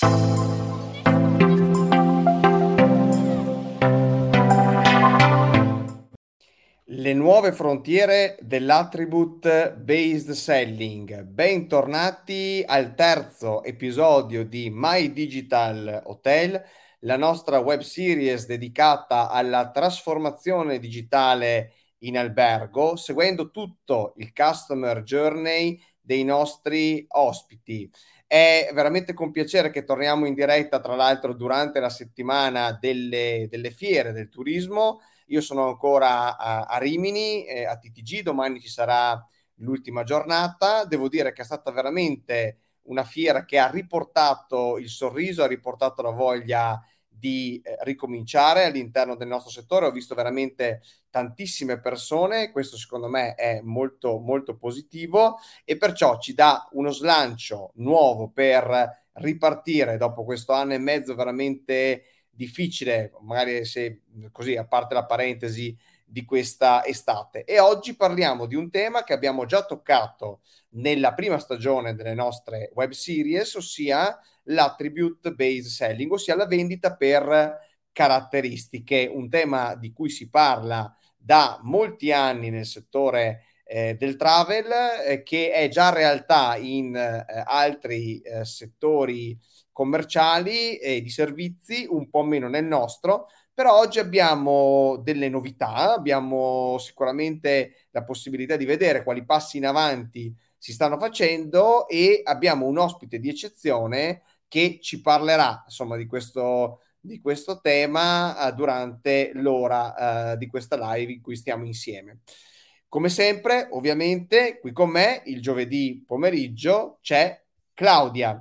Le nuove frontiere dell'attribute based selling. Bentornati al terzo episodio di My Digital Hotel, la nostra web series dedicata alla trasformazione digitale in albergo, seguendo tutto il customer journey dei nostri ospiti. È veramente con piacere che torniamo in diretta, tra l'altro, durante la settimana delle fiere del turismo. Io sono ancora a Rimini, a TTG, domani ci sarà l'ultima giornata. Devo dire che è stata veramente una fiera che ha riportato il sorriso, ha riportato la voglia di ricominciare all'interno del nostro settore. Ho visto veramente tantissime persone, questo secondo me è molto molto positivo e perciò ci dà uno slancio nuovo per ripartire dopo questo anno e mezzo veramente difficile, magari se così, a parte la parentesi di questa estate. E oggi parliamo di un tema che abbiamo già toccato nella prima stagione delle nostre web series, ossia l'attribute based selling, ossia la vendita per caratteristiche, un tema di cui si parla da molti anni nel settore del travel, che è già realtà in altri settori commerciali e di servizi, un po' meno nel nostro, però oggi abbiamo delle novità, abbiamo sicuramente la possibilità di vedere quali passi in avanti si stanno facendo e abbiamo un ospite di eccezione che ci parlerà insomma di questo tema durante l'ora di questa live in cui stiamo insieme. Come sempre, ovviamente, qui con me il giovedì pomeriggio c'è Claudia.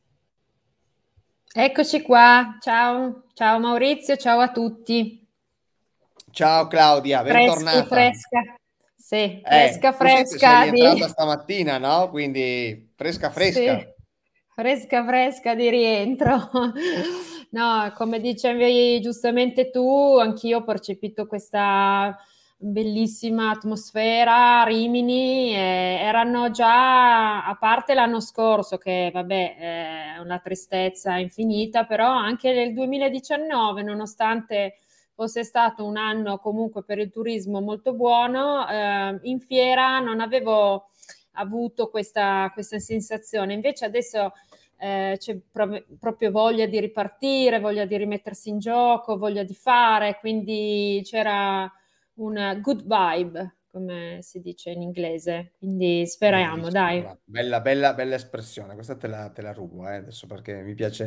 Eccoci qua, ciao Maurizio, ciao a tutti. Ciao Claudia, bentornata. Fresca, sì, fresca Sei fresca rientrata stamattina, no? Quindi fresca sì, fresca. fresca di rientro. No, come dicevi giustamente tu, anch'io ho percepito questa bellissima atmosfera a Rimini. Erano già, a parte l'anno scorso, che vabbè, è una tristezza infinita, però anche nel 2019, nonostante fosse stato un anno comunque per il turismo molto buono, in fiera non avevo avuto questa sensazione. Invece adesso c'è proprio voglia di ripartire, voglia di rimettersi in gioco, voglia di fare, quindi c'era una good vibe, come si dice in inglese, quindi speriamo, dai. Bella espressione, questa te la rubo adesso perché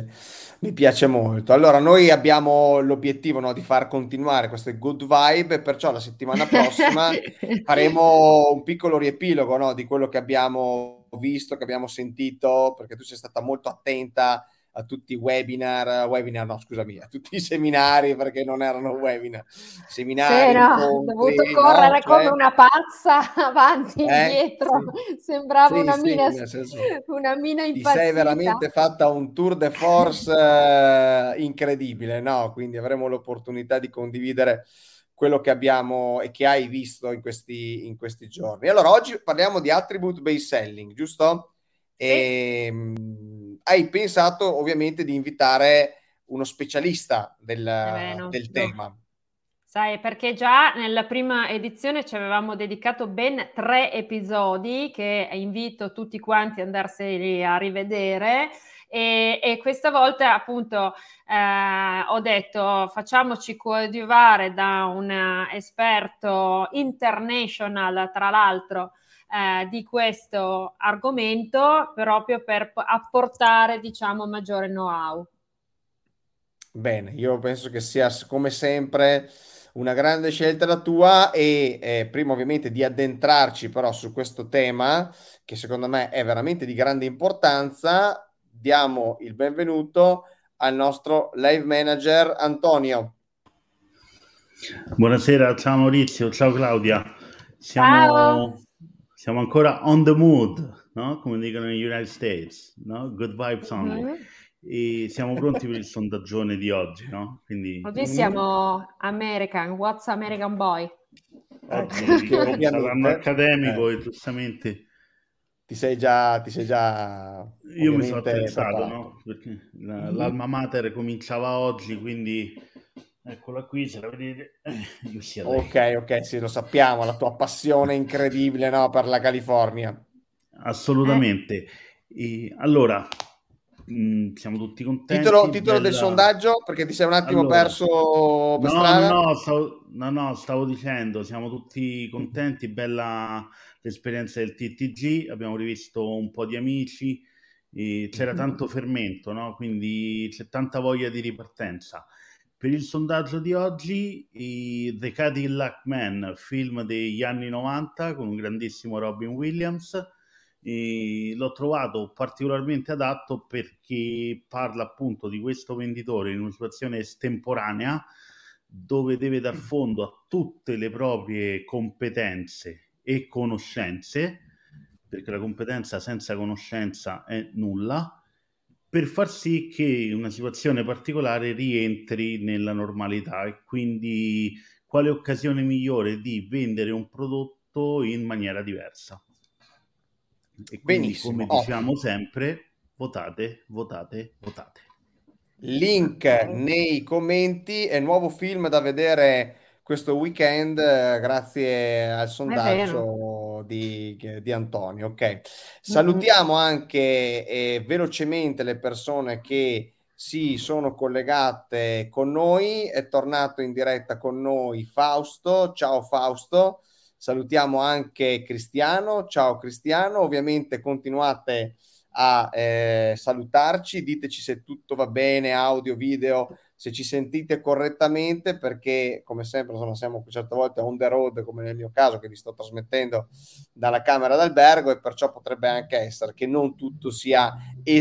mi piace molto. Allora, noi abbiamo l'obiettivo, no, di far continuare queste good vibe, e perciò la settimana prossima faremo un piccolo riepilogo, no, di quello che abbiamo visto, che abbiamo sentito, perché tu sei stata molto attenta a tutti i webinar no, scusami, a tutti i seminari, perché non erano webinar, Sì, seminari, no, ho dovuto incontri, no? correre come Cioè, una pazza avanti e indietro, sì, sembrava sì, nel senso, una mina ti sei impazzita. veramente fatta un tour de force incredibile, no? Quindi avremo l'opportunità di condividere quello che abbiamo e che hai visto in questi giorni. Allora, oggi parliamo di attribute based selling, giusto? Sì. Hai pensato ovviamente di invitare uno specialista No, del no. tema. Sai, perché già nella prima edizione ci avevamo dedicato ben 3 episodi che invito tutti quanti ad andarseli a rivedere e questa volta appunto ho detto facciamoci coadiuvare da un esperto international, tra l'altro, di questo argomento proprio per apportare, diciamo, maggiore know-how. Bene, io penso che sia come sempre una grande scelta la tua e prima ovviamente di addentrarci però su questo tema che secondo me è veramente di grande importanza, diamo il benvenuto al nostro live manager Antonio. Buonasera, ciao Maurizio, ciao Claudia. Ciao! Siamo ancora on the mood, no? Come dicono negli United States, no? Good vibes only. Mhm. E siamo pronti per il sondaggione di oggi, no? Quindi Oggi siamo American, what's American Boy? oggi Che saranno ovviamente accademico e giustamente ti sei già Io mi sono ovviamente attrezzato, preparato. no? Perché Mhm. l'Alma Mater cominciava oggi, quindi eccola qui, se la vedete, UCLA. Ok, sì, lo sappiamo, la tua passione incredibile, no, per la California. Assolutamente. E allora, siamo tutti Titolo, contenti. titolo del Bella. sondaggio, perché ti sei un attimo Allora, perso per no, no, strada. no, stavo dicendo, siamo tutti contenti, bella l'esperienza del TTG, abbiamo rivisto un po' di amici, e c'era tanto fermento, no? Quindi c'è tanta voglia di ripartenza. Per il sondaggio di oggi, The Cadillac Man, film degli anni 90 con un grandissimo Robin Williams, l'ho trovato particolarmente adatto perché parla appunto di questo venditore in una situazione estemporanea dove deve dar fondo a tutte le proprie competenze e conoscenze, perché la competenza senza conoscenza è nulla, per far sì che in una situazione particolare rientri nella normalità. E quindi quale occasione migliore di vendere un prodotto in maniera diversa? E quindi, come Benissimo, ottimo. diciamo sempre, votate, votate, votate. Link Ok. nei commenti e nuovo film da vedere questo weekend, grazie al È vero. sondaggio di Antonio. Ok, Mm-mm. salutiamo anche velocemente le persone che si sono collegate con noi. È tornato in diretta con noi Fausto. Ciao Fausto. Salutiamo anche Cristiano. Ciao Cristiano. Ovviamente continuate a salutarci, diteci se tutto va bene, audio, video, se ci sentite correttamente, perché come sempre siamo certe volte on the road, come nel mio caso che vi sto trasmettendo dalla camera d'albergo, e perciò potrebbe anche essere che non tutto sia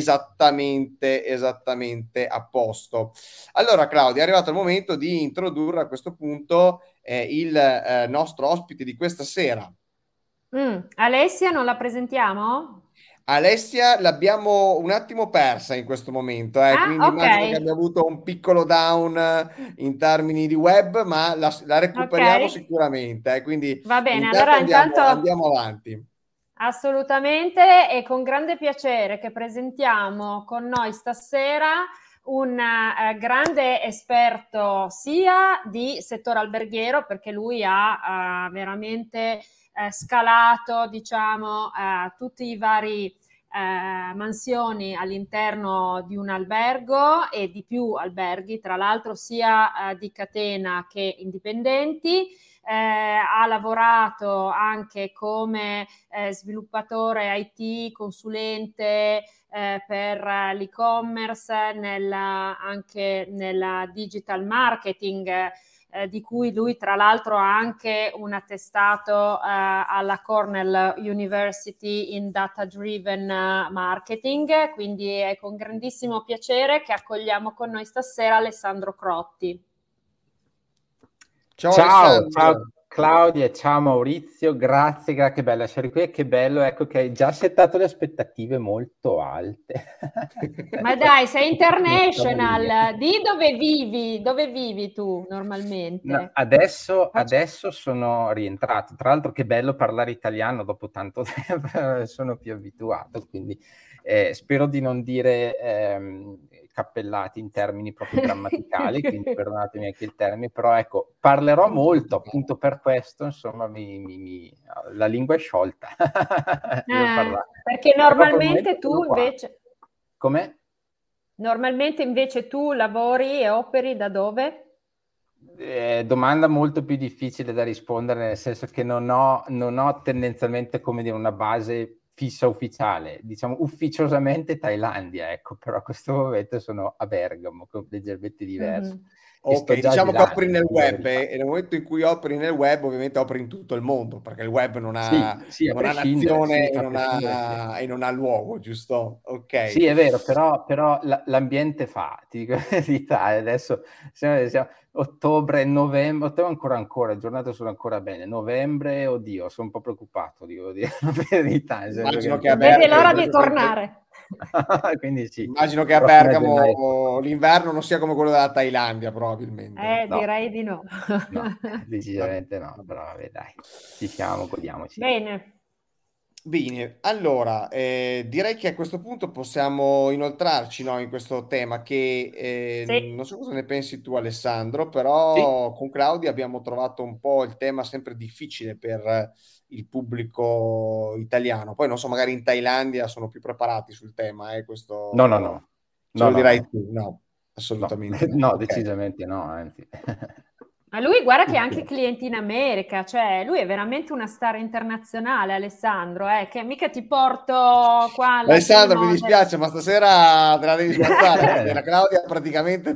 esattamente a posto. Allora Claudia, è arrivato il momento di introdurre a questo punto il nostro ospite di questa sera. Alessia, non la presentiamo? Alessia l'abbiamo un attimo persa in questo momento, Ah, quindi ok, immagino che abbia avuto un piccolo down in termini di web, ma la ok. recuperiamo sicuramente, quindi Va bene, intanto allora intanto andiamo avanti. assolutamente e con grande piacere che presentiamo con noi stasera un grande esperto sia di settore alberghiero, perché lui ha veramente scalato, diciamo, tutti i vari mansioni all'interno di un albergo e di più alberghi, tra l'altro sia di catena che indipendenti. Ha lavorato anche come sviluppatore IT, consulente per l'e-commerce, anche nella digital marketing, di cui lui tra l'altro ha anche un attestato alla Cornell University in Data Driven Marketing, quindi è con grandissimo piacere che accogliamo con noi stasera Alessandro Crotti. Ciao Ciao, ciao Alessandro. Claudia, ciao Maurizio, grazie, che bello essere qui e che bello, ecco che hai già settato le aspettative molto alte. Ma dai, sei Non stavo lì. international, di dove vivi tu No, normalmente? adesso sono rientrato, tra l'altro che bello parlare italiano dopo tanto tempo, sono più abituato, quindi spero di non dire cappellati in termini proprio grammaticali, quindi perdonatemi anche il termine, però ecco, parlerò molto appunto per questo, insomma, la lingua è sciolta. Devo parlare. Perché Però per il momento normalmente sono tu qua. invece, Come? normalmente invece tu lavori e operi da dove? Domanda molto più difficile da rispondere, nel senso che non ho tendenzialmente, come dire, una base fissa ufficiale, diciamo ufficiosamente Thailandia, ecco, però a questo momento sono a Bergamo, che è leggermente diverso, Mhm. e sto Ok, già diciamo di che là, operi nel devo dire la web, verità. e nel momento in cui operi nel web, ovviamente operi in tutto il mondo, perché il web Sì, a non ha prescindere, nazione sì, a prescindere, sì. e non ha luogo, giusto? Ok. Sì, è vero, però l'ambiente fa, ti dico la verità, adesso siamo ottobre, novembre, ottobre ancora, le giornate sono ancora bene, novembre, oddio, sono un po' preoccupato, devo dire la verità, nel senso che Immagino un che po' a di Non vede l'ora freddo, di tornare. quindi sì, immagino che a però fino a gennaio sto qua. Bergamo l'inverno non sia come quello della Thailandia, probabilmente. No, Direi di no. no, Vabbè, decisamente no, vabbè. però vabbè dai, ci siamo, godiamoci. Bene. Bene, allora direi che a questo punto possiamo inoltrarci, no, in questo tema che Sì, non so cosa ne pensi tu, Alessandro, Sì, però con Claudia abbiamo trovato un po' il tema sempre difficile per il pubblico italiano. Poi non so, magari in Thailandia sono più preparati sul tema, No, no, questo no, ce no, lo no, dirai no, tu, no, no, assolutamente no. no, Ok. decisamente no, anzi. ma lui guarda che ha anche Ok. clienti in America, cioè lui è veramente una star internazionale, Alessandro, che mica ti porto qua al Alessandro, mi latino dispiace, ma stasera te la devi sguazzare perché la Claudia praticamente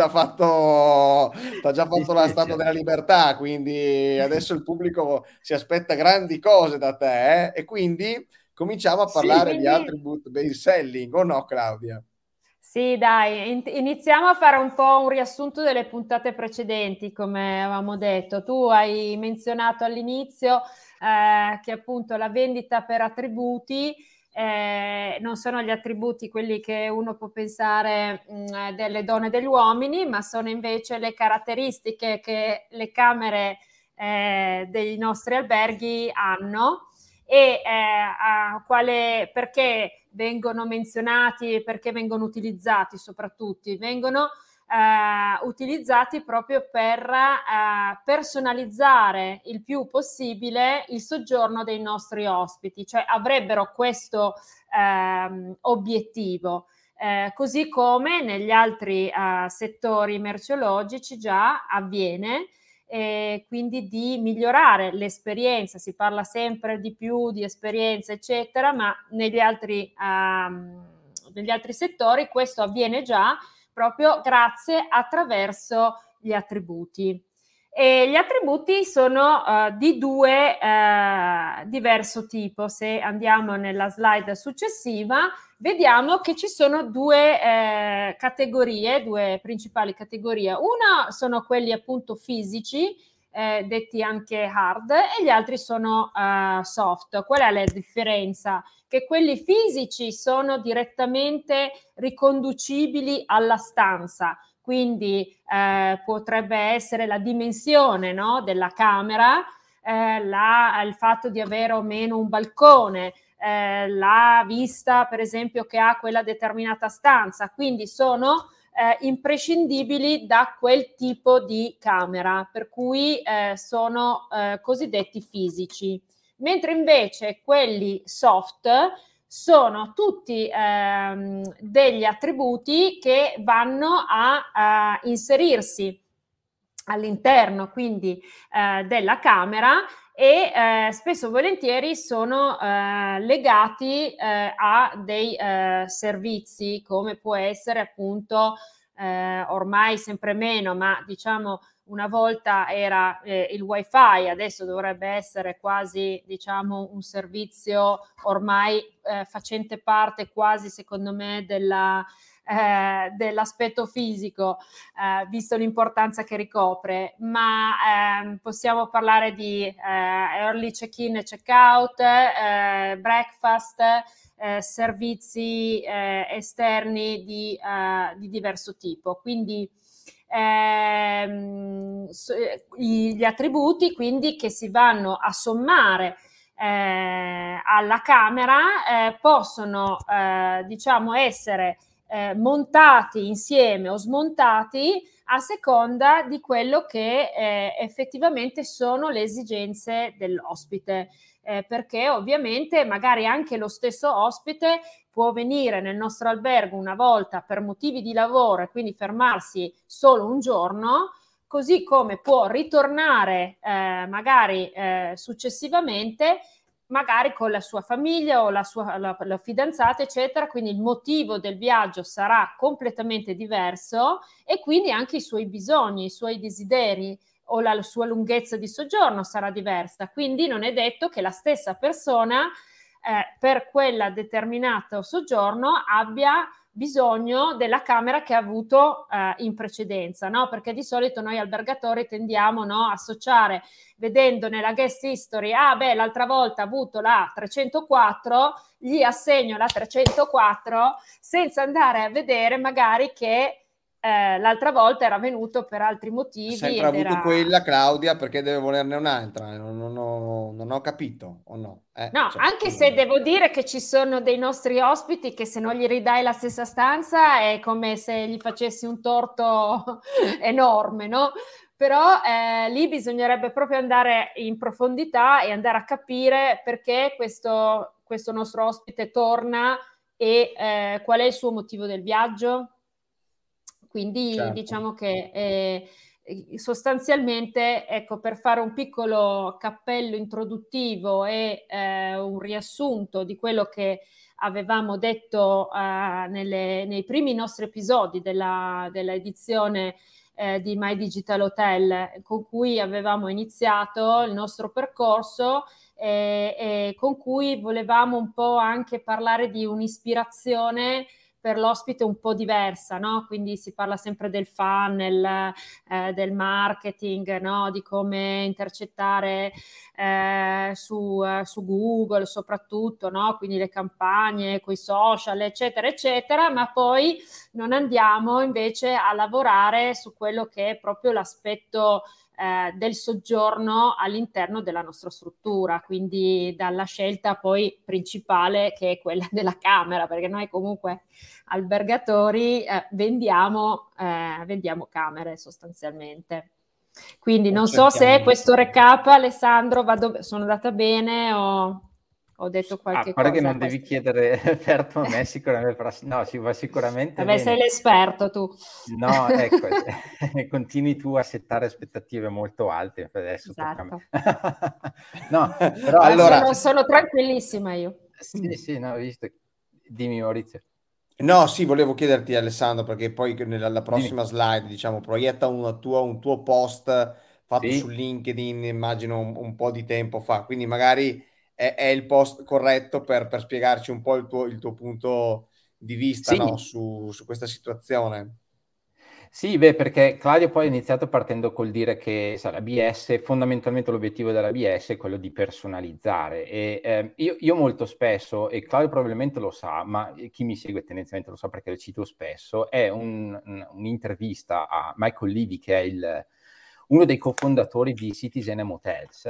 t'ha già Sì, fatto la sì, Statua cioè. della Libertà, quindi adesso il pubblico si aspetta grandi cose da te, eh? E quindi cominciamo a Sì, parlare di Quindi attribute based selling, o no, Claudia? sì, dai, iniziamo a fare un po' un riassunto delle puntate precedenti, come avevamo detto. Tu hai menzionato all'inizio che appunto la vendita per attributi non sono gli attributi quelli che uno può pensare delle donne e degli uomini, ma sono invece le caratteristiche che le camere dei nostri alberghi hanno e perché vengono menzionati e perché vengono utilizzati soprattutto. Vengono utilizzati proprio per personalizzare il più possibile il soggiorno dei nostri ospiti, cioè avrebbero questo obiettivo. Così come negli altri settori merceologici già avviene, quindi di migliorare l'esperienza. Si parla sempre di più di esperienza, eccetera, ma negli altri settori questo avviene già proprio grazie attraverso gli attributi. E gli attributi sono di due diverso tipo. Se andiamo nella slide successiva, vediamo che ci sono due categorie, due principali categorie. Una sono quelli appunto fisici, detti anche hard, e gli altri sono soft. Qual è la differenza? Che quelli fisici sono direttamente riconducibili alla stanza, quindi potrebbe essere la dimensione, no, della camera, il fatto di avere o meno un balcone, la vista per esempio che ha quella determinata stanza, quindi sono imprescindibili da quel tipo di camera, per cui sono cosiddetti fisici. Mentre invece quelli soft sono tutti degli attributi che vanno a inserirsi all'interno quindi della camera e spesso e volentieri sono legati a dei servizi, come può essere appunto ormai sempre meno, ma diciamo una volta era il wifi, adesso dovrebbe essere quasi diciamo un servizio ormai facente parte quasi secondo me dell'aspetto fisico, visto l'importanza che ricopre, ma possiamo parlare di early check-in e check-out, breakfast, servizi esterni di diverso tipo. Quindi gli attributi quindi che si vanno a sommare alla camera possono diciamo essere montati insieme o smontati a seconda di quello che effettivamente sono le esigenze dell'ospite, perché ovviamente magari anche lo stesso ospite può venire nel nostro albergo una volta per motivi di lavoro e quindi fermarsi solo un giorno, così come può ritornare magari successivamente magari con la sua famiglia o la fidanzata, eccetera, quindi il motivo del viaggio sarà completamente diverso e quindi anche i suoi bisogni, i suoi desideri o la sua lunghezza di soggiorno sarà diversa. Quindi non è detto che la stessa persona per quel determinato soggiorno abbia bisogno della camera che ha avuto in precedenza, no? Perché di solito noi albergatori tendiamo, no, a associare, vedendo nella guest history, l'altra volta ha avuto la 304, gli assegno la 304 senza andare a vedere magari che l'altra volta era venuto per altri Ha motivi sempre ed avuto era... quella Claudia, perché deve volerne un'altra? Non ho capito, o no? No, Cioè, anche se devo dire che ci sono dei nostri ospiti che se non gli ridai la stessa stanza è come se gli facessi un torto enorme, no? Però lì bisognerebbe proprio andare in profondità e andare a capire perché questo nostro ospite torna e qual è il suo motivo del viaggio. Quindi certo. diciamo che sostanzialmente, ecco, per fare un piccolo cappello introduttivo e un riassunto di quello che avevamo detto nei primi nostri episodi della edizione di My Digital Hotel, con cui avevamo iniziato il nostro percorso e con cui volevamo un po' anche parlare di un'ispirazione per l'ospite un po' diversa, no? Quindi si parla sempre del funnel, del marketing, no? Di come intercettare su Google soprattutto, no? Quindi le campagne, coi social, eccetera, eccetera, ma poi non andiamo invece a lavorare su quello che è proprio l'aspetto del soggiorno all'interno della nostra struttura, quindi dalla scelta poi principale che è quella della camera, perché noi comunque albergatori vendiamo camere sostanzialmente. Quindi non so se questo recap, Alessandro, sono andata bene o ho detto qualche pare che cosa. non devi chiedere Ferto a me, sicuramente, no, si va sicuramente Vabbè, bene. sei l'esperto tu. No, ecco, continui tu a settare aspettative molto alte, adesso tocca a me. Esatto. No, però Allora, sono tranquillissima io. sì, no, visto. Dimmi Maurizio. no, sì, volevo chiederti Alessandro, perché poi nella Dimmi. prossima slide, diciamo, proietta un tuo post fatto su Sì. LinkedIn, immagino un po' di tempo fa, quindi magari è il post corretto per spiegarci un po' il tuo punto di vista, no, Sì. su questa situazione. Sì, beh, perché Claudio poi ha iniziato partendo col dire che sa, l'ABS, fondamentalmente l'obiettivo dell'ABS è quello di personalizzare e io molto spesso, e Claudio probabilmente lo sa, ma chi mi segue tendenzialmente lo sa perché lo cito spesso, è un'intervista a Michael Levy, che è uno dei cofondatori di Citizen and Hotels,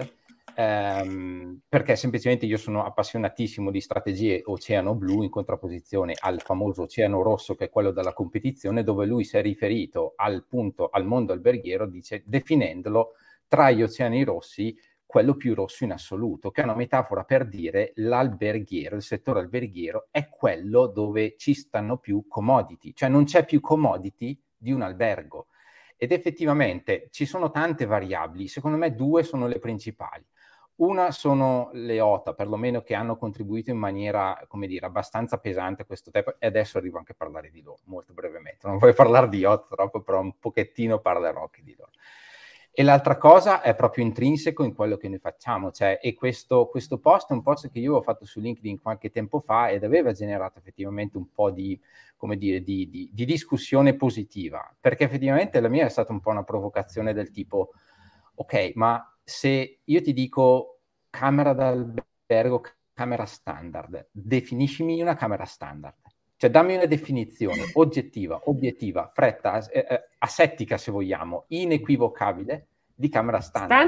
perché semplicemente io sono appassionatissimo di strategie oceano blu in contrapposizione al famoso oceano rosso, che è quello della competizione, dove lui si è riferito al mondo alberghiero, definendolo tra gli oceani rossi quello più rosso in assoluto, che è una metafora per dire l'alberghiero, il settore alberghiero è quello dove ci stanno più commodity, cioè non c'è più commodity di un albergo. Ed effettivamente ci sono tante variabili, secondo me due sono le principali. Una sono le OTA, perlomeno, che hanno contribuito in maniera, come dire, abbastanza pesante a questo tempo, e adesso arrivo anche a parlare di loro, molto brevemente. Non voglio parlare di OTA troppo, però un pochettino parlerò anche di loro. E l'altra cosa è proprio intrinseco in quello che noi facciamo, cioè, e questo post è un post che io ho fatto su LinkedIn qualche tempo fa ed aveva generato effettivamente un po' di, come dire, di discussione positiva, perché effettivamente la mia è stata un po' una provocazione del tipo, ok, ma se io ti dico camera d'albergo, camera standard, definiscimi una camera standard. Cioè dammi una definizione oggettiva, obiettiva, fretta, asettica se vogliamo, inequivocabile di camera standard.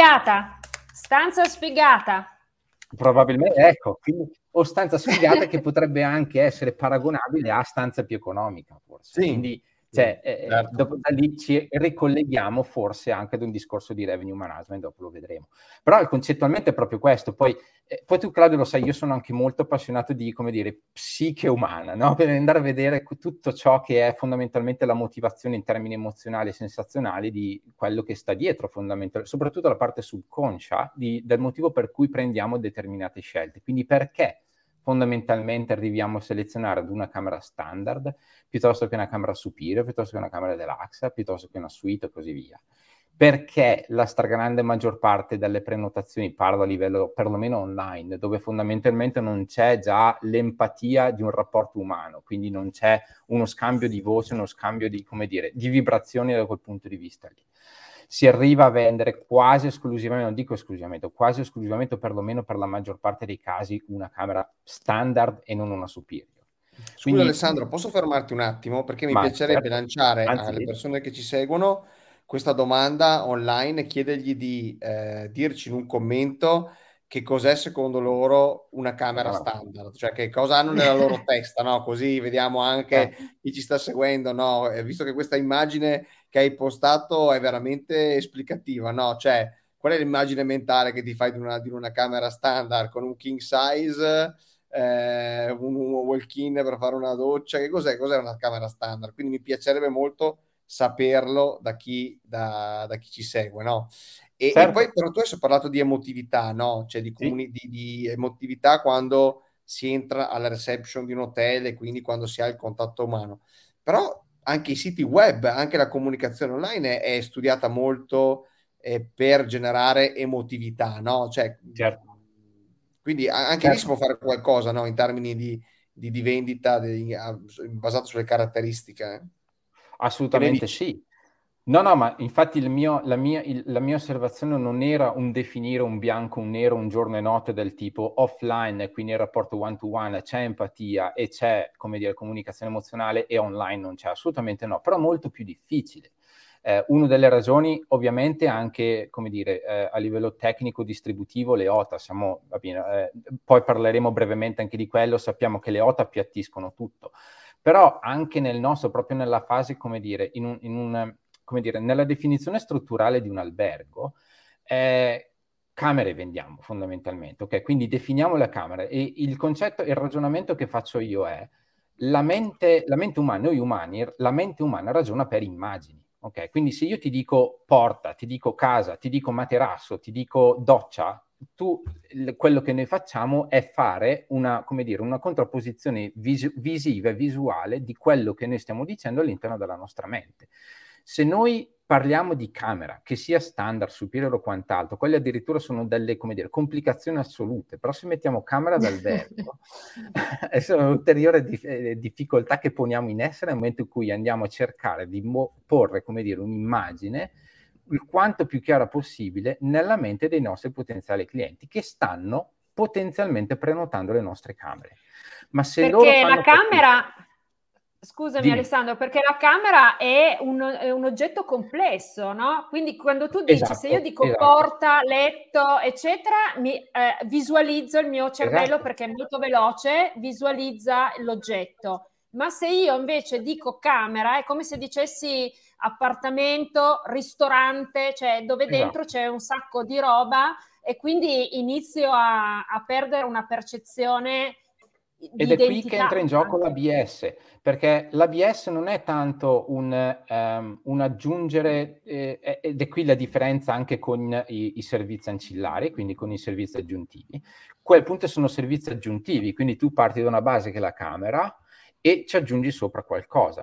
Stanza sfigata. Probabilmente, ecco, quindi, o stanza sfigata che potrebbe anche essere paragonabile a stanza più economica, forse. Sì, quindi, certo. dopo da lì ci ricolleghiamo forse anche ad un discorso di revenue management, dopo lo vedremo. Però concettualmente è proprio questo. Poi tu, Claudio, lo sai, io sono anche molto appassionato di, come dire, psiche umana, no? Per andare a vedere tutto ciò che è fondamentalmente la motivazione in termini emozionali e sensazionali di quello che sta dietro, fondamentalmente, soprattutto la parte subconscia del motivo per cui prendiamo determinate scelte. Quindi perché fondamentalmente arriviamo a selezionare ad una camera standard piuttosto che una camera superior, piuttosto che una camera deluxe, piuttosto che una suite e così via. Perché la stragrande maggior parte delle prenotazioni, parlo a livello perlomeno online, dove fondamentalmente non c'è già l'empatia di un rapporto umano, quindi non c'è uno scambio di voce, uno scambio di, come dire, di vibrazioni da quel punto di vista lì. Si arriva a vendere quasi esclusivamente, non dico esclusivamente, quasi esclusivamente, perlomeno per la maggior parte dei casi, una camera standard e non una superior. Scusa Quindi, Alessandro, posso fermarti un attimo? Perché mi ma piacerebbe certo, lanciare anzi, alle persone che ci seguono questa domanda online e chiedergli di dirci in un commento che cos'è secondo loro una la camera camera. standard, cioè che cosa hanno nella loro testa, no? Così vediamo anche chi ci sta seguendo, no? Visto che questa immagine che hai postato è veramente esplicativa, no? Cioè, qual è l'immagine mentale che ti fai di una camera standard con un king size? Un walk-in per fare una doccia, che cos'è? Cos'è una camera standard? Quindi mi piacerebbe molto saperlo da chi ci segue, no? E poi Certo, però tu hai parlato di emotività, no? Cioè Sì. di emotività quando si entra alla reception di un hotel e quindi quando si ha il contatto umano. Però anche i siti web, anche la comunicazione online è studiata molto per generare emotività, no? Cioè, certo, quindi anche lì si certo. può fare qualcosa, no? In termini di vendita basato sulle caratteristiche. Che ne Assolutamente dici? sì. No, no, ma infatti la mia osservazione non era un definire un bianco, un nero, un giorno e notte del tipo offline, quindi il rapporto one-to-one, c'è empatia e c'è, come dire, comunicazione emozionale e online non c'è, assolutamente no, però molto più difficile. Una delle ragioni ovviamente anche, come dire, a livello tecnico distributivo le OTA, va bene, poi parleremo brevemente anche di quello, sappiamo che le OTA appiattiscono tutto, però anche nel nostro, proprio nella fase, come dire, come dire, nella definizione strutturale di un albergo, camere vendiamo fondamentalmente, ok? Quindi definiamo la camera e il concetto, il ragionamento che faccio io è la mente umana, noi umani, la mente umana ragiona per immagini, ok? Quindi se io ti dico porta, ti dico casa, ti dico materasso, ti dico doccia, quello che noi facciamo è fare una, come dire, una contrapposizione visiva e visuale di quello che noi stiamo dicendo all'interno della nostra mente. Se noi parliamo di camera, che sia standard, superiore o quant'altro, quelle addirittura sono delle, come dire, complicazioni assolute, però se mettiamo camera d'albergo, sono ulteriori difficoltà che poniamo in essere nel momento in cui andiamo a cercare di porre, come dire, un'immagine il quanto più chiara possibile nella mente dei nostri potenziali clienti che stanno potenzialmente prenotando le nostre camere. Ma se loro Perché la fanno fatica, camera, scusami dimmi. Alessandro, perché la camera è un oggetto complesso, no? Quindi quando tu dici, se io Esatto, dico esatto, porta, letto, eccetera, visualizzo il mio cervello esatto. perché è molto veloce, visualizza l'oggetto. Ma se io invece dico camera, è come se dicessi appartamento, ristorante, cioè dove dentro Esatto. c'è un sacco di roba e quindi inizio a perdere una percezione Ed di è qui che identità. entra in gioco l'ABS, perché l'ABS non è tanto un aggiungere, ed è qui la differenza anche con i servizi ancillari, quindi con i servizi aggiuntivi. Quel punto sono servizi aggiuntivi, quindi tu parti da una base che è la camera e ci aggiungi sopra qualcosa.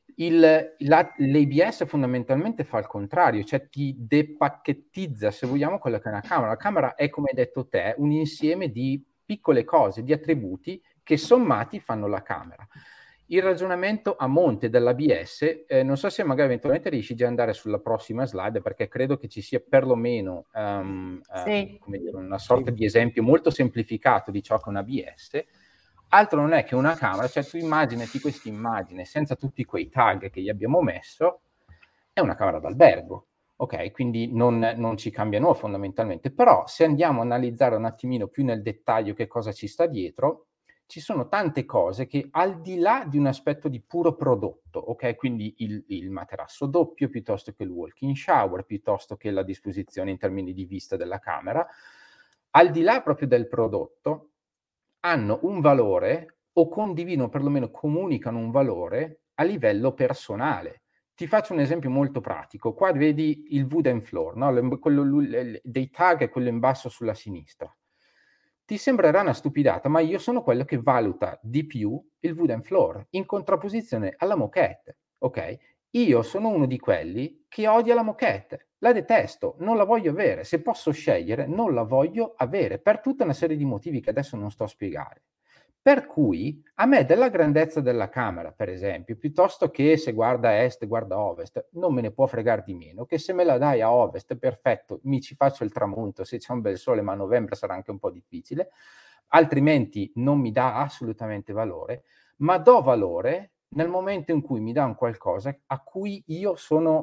L'ABS fondamentalmente fa il contrario, cioè ti depacchettizza, se vogliamo, quella che è una camera. La camera è, come hai detto te, un insieme di piccole cose, di attributi che sommati fanno la camera. Il ragionamento a monte dell'ABS, non so se magari eventualmente riesci già ad andare sulla prossima slide, perché credo che ci sia perlomeno Sì. come dire, una Sì. sorta di esempio molto semplificato di ciò che è un ABS. Altro non è che una camera, cioè tu immaginati questa immagine senza tutti quei tag che gli abbiamo messo, è una camera d'albergo. Ok, quindi non ci cambia nulla fondamentalmente, però se andiamo a analizzare un attimino più nel dettaglio che cosa ci sta dietro, ci sono tante cose che al di là di un aspetto di puro prodotto, ok, quindi il materasso doppio piuttosto che il walk-in shower, piuttosto che la disposizione in termini di vista della camera, al di là proprio del prodotto, hanno un valore o condividono, perlomeno comunicano un valore a livello personale. Ti faccio un esempio molto pratico. Qua vedi il wooden floor, no? Dei tag è quello in basso sulla sinistra. Ti sembrerà una stupidata, ma io sono quello che valuta di più il wooden floor in contrapposizione alla moquette, ok? Io sono uno di quelli che odia la moquette, la detesto, non la voglio avere. Se posso scegliere, non la voglio avere per tutta una serie di motivi che adesso non sto a spiegare. Per cui a me della grandezza della camera, per esempio, piuttosto che se guarda est, guarda ovest, non me ne può fregare di meno, che se me la dai a ovest, perfetto, mi ci faccio il tramonto, se c'è un bel sole, ma a novembre sarà anche un po' difficile, altrimenti non mi dà assolutamente valore. ma do valore nel momento in cui mi dà un qualcosa a cui io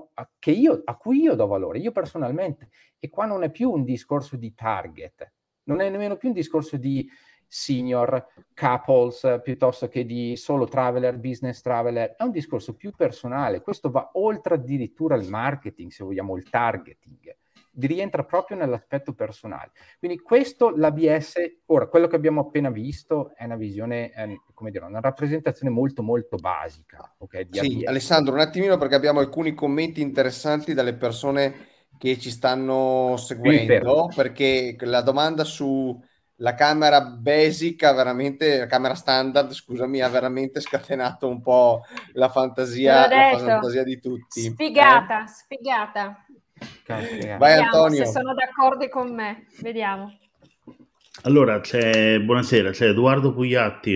do valore, io personalmente. E qua non è più un discorso di target, non è nemmeno più un discorso di senior, couples, piuttosto che di solo traveler, business traveler, è un discorso più personale. Questo va oltre addirittura il marketing, se vogliamo, il targeting, rientra proprio nell'aspetto personale. Quindi questo, l'ABS, ora, quello che abbiamo appena visto è una visione, come dire, una rappresentazione molto molto basica, ok, di Sì, ABS. Alessandro, un attimino perché abbiamo alcuni commenti interessanti dalle persone che ci stanno Qui fermo. seguendo, perché la domanda sulla camera basic, la camera standard, scusami, ha veramente scatenato un po' Te l'ho la detto. fantasia di tutti. Sfigata, sfigata. Vai Vediamo se Antonio. sono d'accordo con me. Vediamo. Allora, buonasera, c'è Edoardo Pugliatti,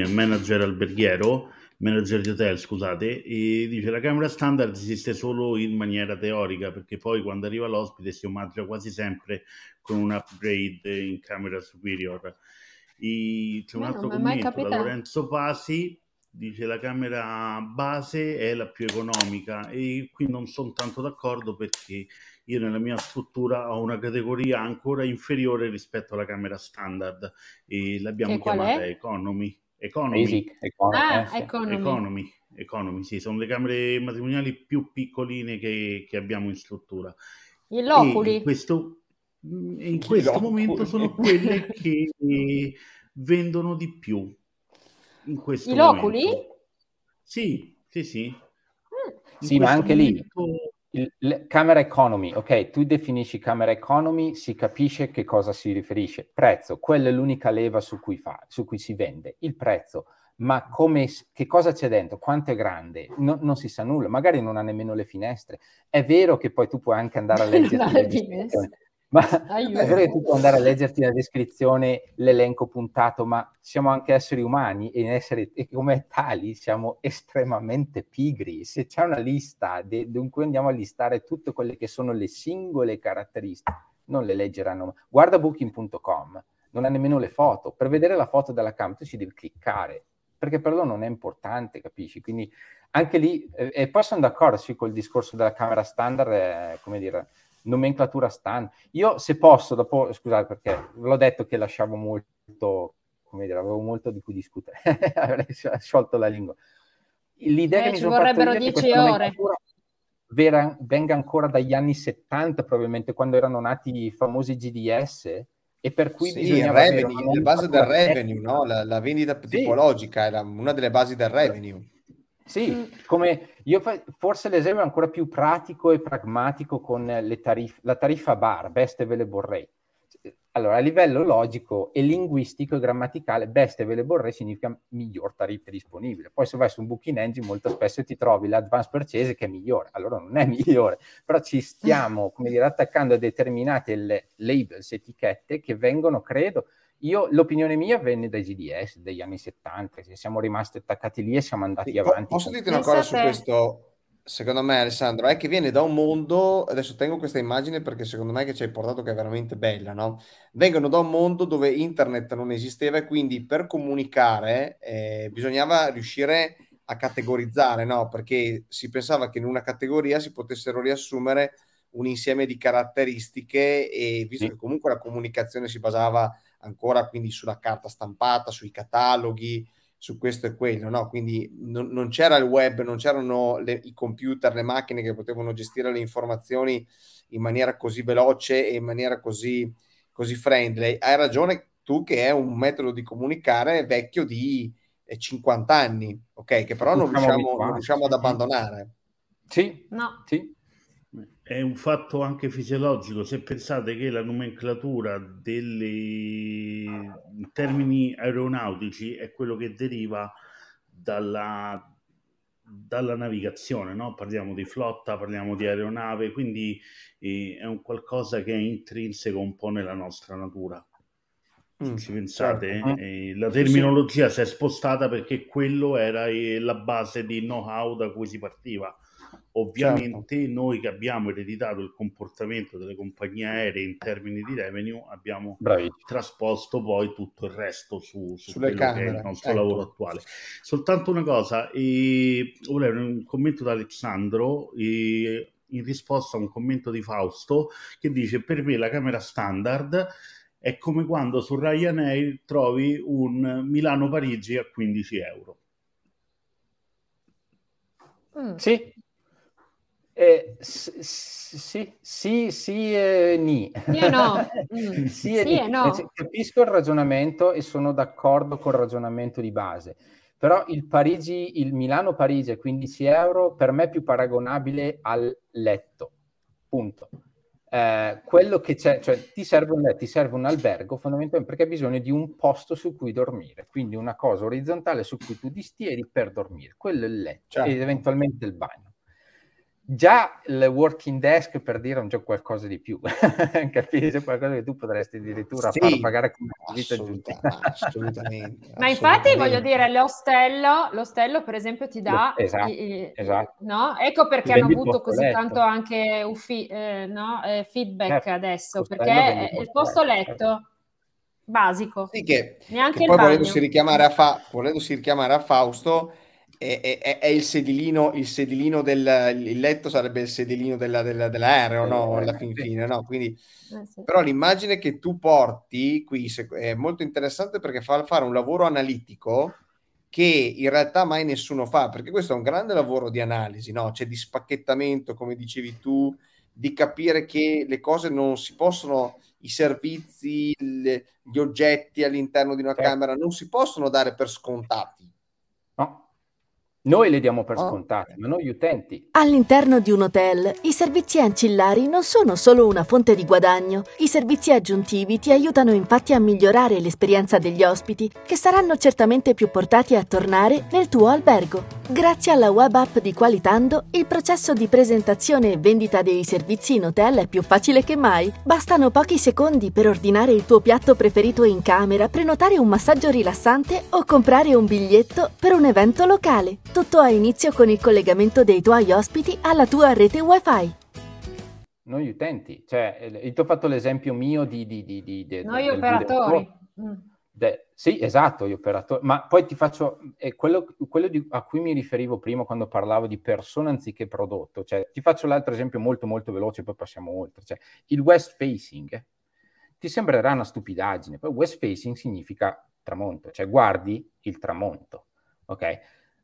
manager di hotel, scusate, e dice la camera standard esiste solo in maniera teorica, perché poi quando arriva l'ospite si omaggia quasi sempre con un upgrade in camera superior. C'è un Non altro mi è mai commento da capitato. Lorenzo Pasi, dice la camera base è la più economica, e qui non sono tanto d'accordo, perché io nella mia struttura ho una categoria ancora inferiore rispetto alla camera standard e l'abbiamo Che qual chiamata è? Economy. Basic, economy, sì. Economy, sì, sono le camere matrimoniali più piccoline che abbiamo in struttura. I E in loculi. questo momento sono quelle che vendono di più in I questo loculi? momento. Sì, sì, sì. In Sì, ma questo anche lì, momento camera economy, ok, tu definisci camera economy, si capisce che cosa si riferisce. Prezzo, quella è l'unica leva su cui si vende, il prezzo. Ma che cosa c'è dentro? Quanto è grande? Non si sa nulla, magari non ha nemmeno le finestre. È vero che poi tu puoi anche andare a leggerti la descrizione, ma è vero che tu puoi andare a leggerti la descrizione, l'elenco puntato, ma siamo anche esseri umani e come tali siamo estremamente pigri. Se c'è una lista in cui andiamo a listare tutte quelle che sono le singole caratteristiche, non le leggeranno. Guarda booking.com, non ha nemmeno le foto. Per vedere la foto della camera tu ci devi cliccare, perché per loro non è importante, capisci? Quindi anche lì, e poi sono d'accordo sì, col discorso della camera standard, come dire, nomenclatura standard. Io se posso, dopo, scusate perché ve l'ho detto che lasciavo molto, come dire, avevo molto di cui discutere, avrei sciolto la lingua. L'idea che mi Ci sono fatto vorrebbero io è che 10 questa ore. nomenclatura venga ancora dagli anni 70, probabilmente quando erano nati i famosi GDS, e per cui Sì, il bisognava avere una revenue, le basi del nomenclatura revenue, tecnica. no? La vendita Sì. tipologica era una delle basi del revenue. Sì, come io forse l'esempio è ancora più pratico e pragmatico con la tariffa bar, best available rate. Allora, a livello logico e linguistico e grammaticale, best available rate significa miglior tariffa disponibile. Poi se vai su un booking engine molto spesso ti trovi l'advanced purchase che è migliore. Allora non è migliore, però ci stiamo, come dire, attaccando a determinate labels, etichette che vengono, credo, l'opinione mia venne dai GDS degli anni 70, che siamo rimasti attaccati lì e siamo andati avanti. Posso dirti una cosa su questo? Secondo me, Alessandro, è che viene da un mondo, adesso tengo questa immagine perché secondo me che ci hai portato che è veramente bella, no? Vengono da un mondo dove internet non esisteva e quindi per comunicare bisognava riuscire a categorizzare, no? Perché si pensava che in una categoria si potessero riassumere un insieme di caratteristiche e visto che comunque la comunicazione si basava ancora quindi sulla carta stampata, sui cataloghi, su questo e quello, no? Quindi non c'era il web, non c'erano i computer, le macchine che potevano gestire le informazioni in maniera così veloce e in maniera così friendly. Hai ragione tu che è un metodo di comunicare vecchio di 50 anni, ok? Che però non riusciamo ad abbandonare. Sì, no. Sì. È un fatto anche fisiologico, se pensate che la nomenclatura in termini aeronautici è quello che deriva dalla navigazione, no? Parliamo di flotta, parliamo di aeronave, quindi è un qualcosa che è intrinseco un po' nella nostra natura. Se ci pensate, certo. la terminologia si è spostata perché quello era la base di know-how da cui si partiva. Ovviamente noi che abbiamo ereditato il comportamento delle compagnie aeree in termini di revenue abbiamo trasposto poi tutto il resto su quello camere, che è il nostro lavoro attuale. Soltanto una cosa, volevo un commento da Alessandro in risposta a un commento di Fausto che dice: per me la camera standard è come quando su Ryanair trovi un Milano-Parigi a 15 euro. Sì. Sì e ni. Io no. Sì e no. Capisco il ragionamento e sono d'accordo col ragionamento di base, però il Milano-Parigi a 15 euro per me è più paragonabile al letto, punto. Quello che c'è, cioè ti serve un letto, ti serve un albergo fondamentalmente perché hai bisogno di un posto su cui dormire, quindi una cosa orizzontale su cui tu distieri per dormire, quello è il letto, ed eventualmente il bagno. Già il working desk, per dire, è un già qualcosa di più, capisci? Qualcosa che tu potresti addirittura far pagare come vita aggiuntiva. Assolutamente. Ma infatti voglio dire, l'ostello per esempio ti dà esatto. no? Ecco perché hanno avuto così tanto anche feedback adesso, perché il posto letto basico, sì, che neanche poi il bagno. volendosi richiamare a Fausto, è il sedilino il letto sarebbe il sedilino dell'aereo, no? Alla fine, no? Quindi, però l'immagine che tu porti qui è molto interessante perché fa fare un lavoro analitico che in realtà mai nessuno fa, perché questo è un grande lavoro di analisi, no? C'è di spacchettamento, come dicevi tu, di capire che le cose non si possono, i servizi, gli oggetti all'interno di una camera non si possono dare per scontati. No. Noi le diamo per scontate, ma noi utenti. All'interno di un hotel, i servizi ancillari non sono solo una fonte di guadagno. I servizi aggiuntivi ti aiutano infatti a migliorare l'esperienza degli ospiti, che saranno certamente più portati a tornare nel tuo albergo. Grazie alla web app di Qualitando, il processo di presentazione e vendita dei servizi in hotel è più facile che mai. Bastano pochi secondi per ordinare il tuo piatto preferito in camera, prenotare un massaggio rilassante o comprare un biglietto per un evento locale. Tutto ha inizio con il collegamento dei tuoi ospiti alla tua rete Wi-Fi. Noi utenti, cioè, ti ho fatto l'esempio mio noi operatori. Sì, esatto, gli operatori. Ma poi ti faccio quello a cui mi riferivo prima quando parlavo di persona anziché prodotto. Cioè, ti faccio l'altro esempio molto molto veloce, poi passiamo oltre. Cioè, il west facing ti sembrerà una stupidaggine, poi west facing significa tramonto, cioè guardi il tramonto, ok?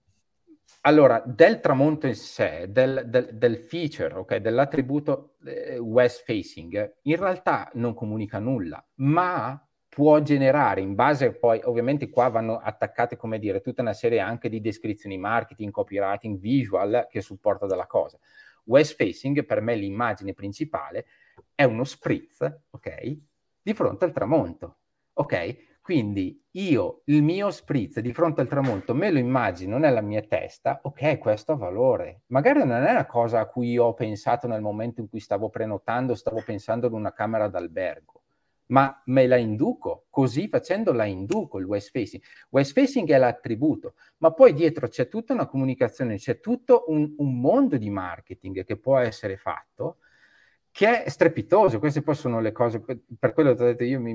Allora, del tramonto in sé, del feature, okay, dell'attributo west facing, in realtà non comunica nulla, ma può generare, in base poi, ovviamente qua vanno attaccate, come dire, tutta una serie anche di descrizioni marketing, copywriting, visual che supporta della cosa. West facing, per me l'immagine principale, è uno spritz, ok, di fronte al tramonto, ok? Quindi il mio spritz di fronte al tramonto me lo immagino nella mia testa, ok, questo ha valore. Magari non è una cosa a cui ho pensato nel momento in cui stavo prenotando, stavo pensando ad una camera d'albergo, ma me la induco, così facendo la induco il west facing. West facing è l'attributo, ma poi dietro c'è tutta una comunicazione, c'è tutto un mondo di marketing che può essere fatto, che è strepitoso. Queste poi sono le cose, per quello che ho detto io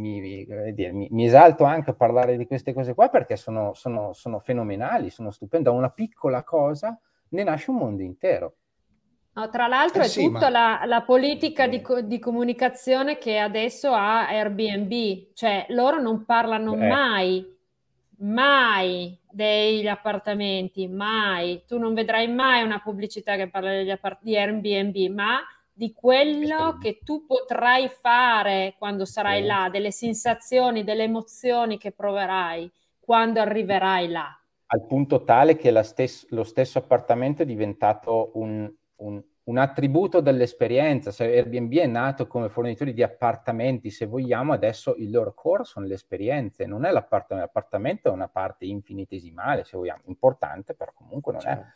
mi esalto anche a parlare di queste cose qua, perché sono fenomenali, sono stupende. Da una piccola cosa ne nasce un mondo intero. No, tra l'altro è tutta la politica di comunicazione che adesso ha Airbnb, cioè loro non parlano mai degli appartamenti, mai. Tu non vedrai mai una pubblicità che parla di Airbnb, ma di quello che tu potrai fare quando sarai là, delle sensazioni, delle emozioni che proverai quando arriverai là. Al punto tale che lo stesso appartamento è diventato un attributo dell'esperienza. Se Airbnb è nato come fornitore di appartamenti, se vogliamo, adesso il loro core sono le esperienze, non è l'appartamento. L'appartamento è una parte infinitesimale, se vogliamo, importante, però comunque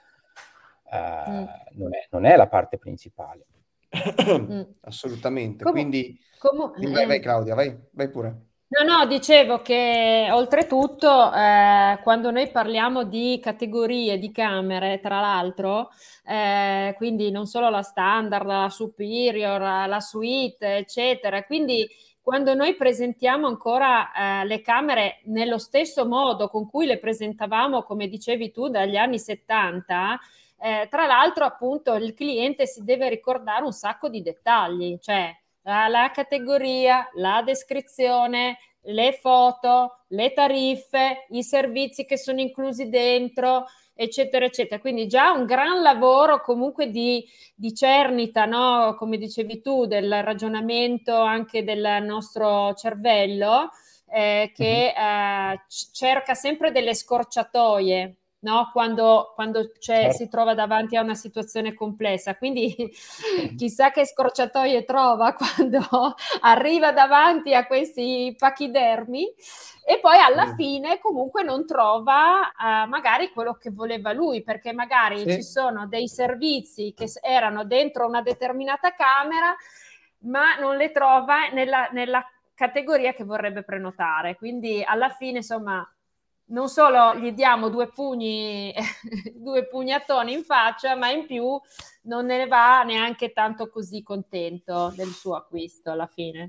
non è la parte principale. Assolutamente. Quindi vai Claudia, vai pure. No, dicevo che oltretutto quando noi parliamo di categorie di camere, tra l'altro, quindi non solo la standard, la superior, la suite, eccetera, quindi quando noi presentiamo ancora le camere nello stesso modo con cui le presentavamo, come dicevi tu, dagli anni 70, tra l'altro appunto il cliente si deve ricordare un sacco di dettagli, cioè la categoria, la descrizione, le foto, le tariffe, i servizi che sono inclusi dentro, eccetera, eccetera. Quindi già un gran lavoro comunque di cernita, no? Come dicevi tu, del ragionamento anche del nostro cervello, che cerca sempre delle scorciatoie. No? Quando si trova davanti a una situazione complessa, quindi chissà che scorciatoie trova quando arriva davanti a questi pachidermi e poi alla fine comunque non trova magari quello che voleva lui, perché magari ci sono dei servizi che erano dentro una determinata camera ma non le trova nella categoria che vorrebbe prenotare, quindi alla fine insomma non solo gli diamo due pugnatoni in faccia, ma in più non ne va neanche tanto così contento del suo acquisto alla fine.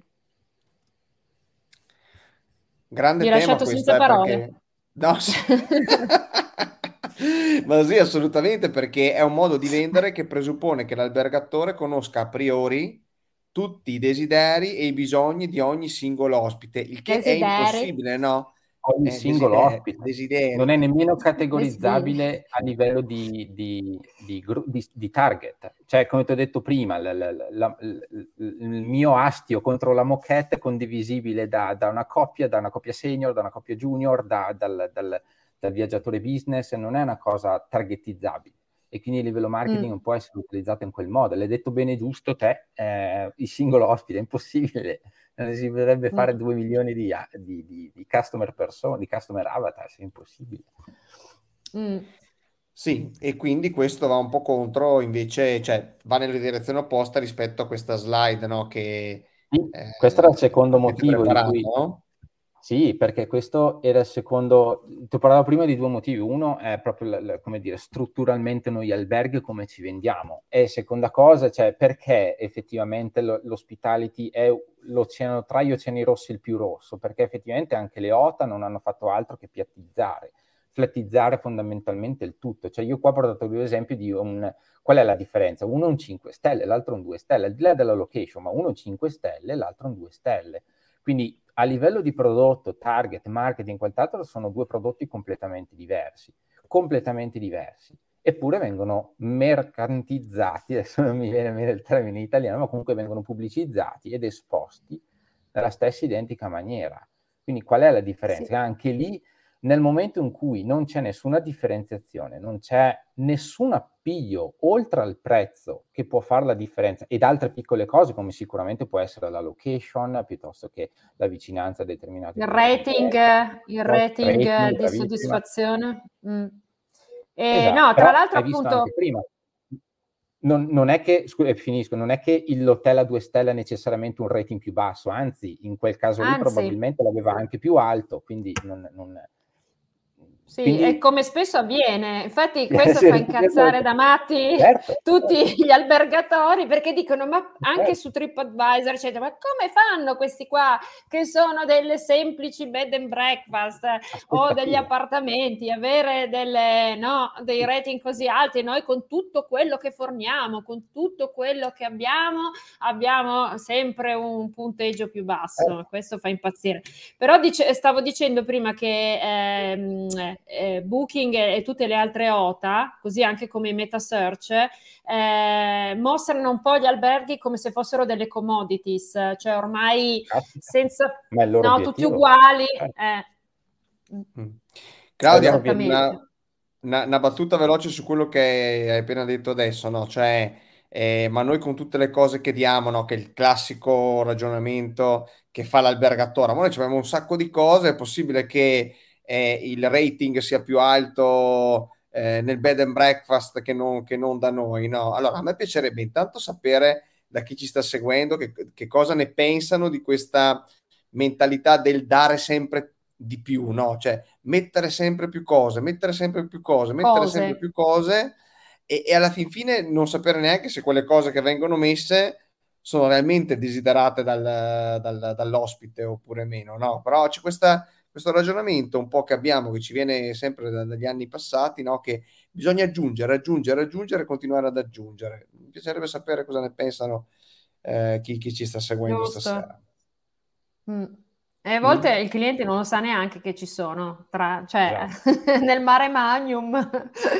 Grande Mi hai tema lasciato questo, senza parole. perché... No, sì. Ma sì, assolutamente, perché è un modo di vendere che presuppone che l'albergatore conosca a priori tutti i desideri e i bisogni di ogni singolo ospite, il che è Desideri. impossibile, no? Ogni singolo ospite. Non Desideri. è nemmeno Desideri. categorizzabile a livello di target. Cioè, come ti ho detto prima, il mio astio contro la moquette è condivisibile da una coppia senior, da una coppia junior, dal viaggiatore business, non è una cosa targetizzabile. E quindi a livello marketing non può essere utilizzato in quel modo. L'hai detto bene giusto te, il singolo ospite, è impossibile. Si potrebbe fare 2 milioni di customer persone, di customer avatar, è impossibile. Sì, e quindi questo va un po' contro, invece, cioè va nella direzione opposta rispetto a questa slide, no? Che Sì, questo era il secondo avete motivo di preparato, cui... no? Sì, perché questo era il secondo... Ti parlavo prima di 2 motivi. Uno è proprio, come dire, strutturalmente noi alberghi come ci vendiamo. E seconda cosa, cioè perché effettivamente l'hospitality è l'oceano tra gli oceani rossi il più rosso? Perché effettivamente anche le OTA non hanno fatto altro che piattizzare, flattizzare fondamentalmente il tutto. Cioè io qua ho portato 2 esempi di qual è la differenza? Uno è un 5 stelle, l'altro è un 2 stelle, al di là della location, ma uno è un 5 stelle, l'altro è un 2 stelle. Quindi a livello di prodotto, target, marketing, quant'altro, sono 2 prodotti completamente diversi, eppure vengono mercantizzati, adesso non mi viene bene il termine in italiano, ma comunque vengono pubblicizzati ed esposti nella stessa identica maniera. Quindi qual è la differenza? Sì. Anche lì, nel momento in cui non c'è nessuna differenziazione, non c'è nessun appiglio oltre al prezzo che può fare la differenza, ed altre piccole cose come sicuramente può essere la location piuttosto che la vicinanza a determinati il rating di soddisfazione. Esatto, no, tra però l'altro hai visto appunto anche prima, non è che, finisco, non è che l'hotel a 2 stelle ha necessariamente un rating più basso, anzi in quel caso lì probabilmente l'aveva anche più alto, quindi sì, quindi... è come spesso avviene, infatti questo fa incazzare da matti tutti gli albergatori, perché dicono ma anche su TripAdvisor eccetera, ma come fanno questi qua che sono delle semplici bed and breakfast o degli appartamenti, avere dei rating così alti, noi con tutto quello che forniamo, con tutto quello che abbiamo sempre un punteggio più basso, questo fa impazzire. Però stavo dicendo prima che Booking e tutte le altre OTA, così anche come i metasearch, mostrano un po' gli alberghi come se fossero delle commodities, cioè ormai senza tutti uguali. Claudia, una battuta veloce su quello che hai appena detto adesso, no? Cioè, ma noi con tutte le cose che diamo, no? Che è il classico ragionamento che fa l'albergatore, ma noi abbiamo un sacco di cose, è possibile che il rating sia più alto nel bed and breakfast che non da noi, no? Allora, a me piacerebbe intanto sapere da chi ci sta seguendo che cosa ne pensano di questa mentalità del dare sempre di più, no? Cioè mettere sempre più cose, mettere sempre più cose, mettere sempre più cose e alla fin fine non sapere neanche se quelle cose che vengono messe sono realmente desiderate dall'ospite oppure meno, no? Però c'è questo ragionamento un po' che abbiamo, che ci viene sempre dagli anni passati, no? Che bisogna aggiungere e continuare ad aggiungere. Mi piacerebbe sapere cosa ne pensano chi ci sta seguendo giusto. stasera. E a volte il cliente non lo sa neanche che ci sono, cioè nel mare magnum.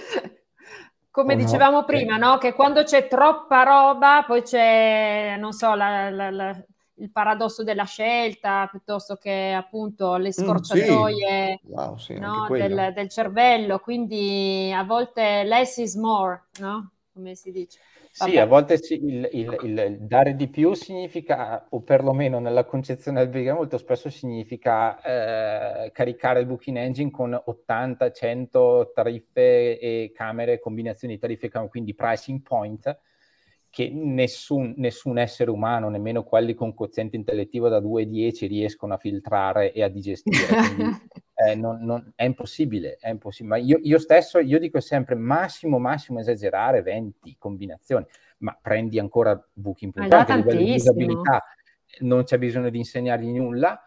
Come dicevamo prima, no? Che quando c'è troppa roba, poi c'è, non so, il paradosso della scelta, piuttosto che appunto le scorciatoie no? del cervello. Quindi a volte less is more, no? Come si dice? Sì, a volte il dare di più significa, o perlomeno nella concezione alberghiera molto spesso significa caricare il booking engine con 80, 100 tariffe e camere, combinazioni di tariffe, quindi pricing point, che nessun essere umano, nemmeno quelli con quoziente intellettivo da 2 a 10 riescono a filtrare e a digestire. Quindi è impossibile, è impossibile. Ma io stesso, io dico sempre massimo esagerare 20 combinazioni, ma prendi ancora Booking.com, che a livello di usabilità non c'è bisogno di insegnargli nulla,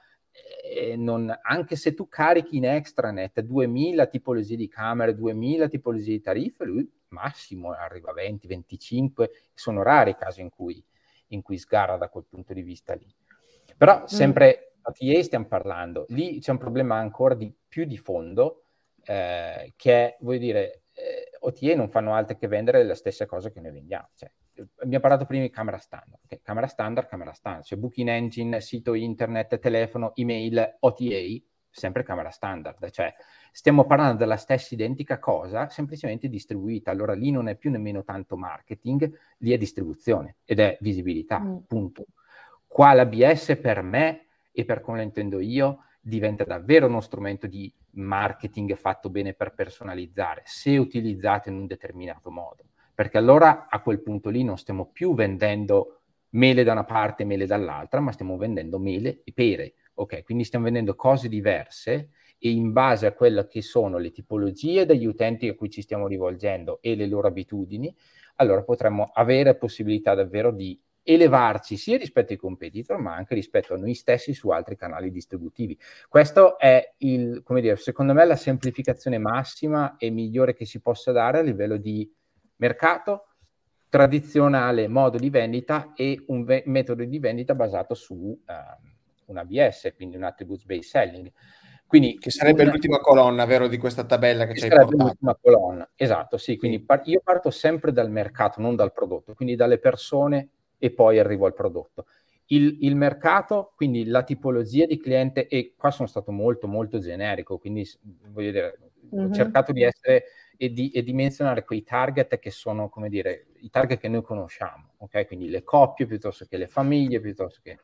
anche se tu carichi in extranet 2000 tipologie di camere, 2000 tipologie di tariffe, lui massimo arriva a 20, 25, sono rari i casi in cui sgarra da quel punto di vista lì. Però sempre OTA stiamo parlando, lì c'è un problema ancora più di fondo, che è, vuol dire, OTA non fanno altro che vendere la stessa cosa che noi vendiamo. Cioè, abbiamo parlato prima di camera standard. Okay? Camera standard, cioè booking engine, sito internet, telefono, email, OTA, sempre camera standard. Cioè, stiamo parlando della stessa identica cosa, semplicemente distribuita. Allora lì non è più nemmeno tanto marketing, lì è distribuzione ed è visibilità, punto. Qua l'ABS per me, e per come lo intendo io, diventa davvero uno strumento di marketing fatto bene per personalizzare, se utilizzato in un determinato modo. Perché allora a quel punto lì non stiamo più vendendo mele da una parte e mele dall'altra, ma stiamo vendendo mele e pere. Ok, quindi stiamo vendendo cose diverse e in base a quelle che sono le tipologie degli utenti a cui ci stiamo rivolgendo e le loro abitudini, allora potremmo avere possibilità davvero di elevarci sia rispetto ai competitor, ma anche rispetto a noi stessi su altri canali distributivi. Questo è come dire, secondo me la semplificazione massima e migliore che si possa dare a livello di mercato, tradizionale modo di vendita e un metodo di vendita basato su un ABS, quindi un Attributes Based Selling. Quindi che sarebbe l'ultima colonna, vero, di questa tabella che ci hai portato. L'ultima colonna, esatto, sì. Quindi io parto sempre dal mercato, non dal prodotto, quindi dalle persone e poi arrivo al prodotto. Il mercato, quindi la tipologia di cliente, e qua sono stato molto generico, quindi voglio dire, ho cercato di essere e di menzionare quei target che sono, come dire, i target che noi conosciamo, ok? Quindi le coppie piuttosto che le famiglie, piuttosto che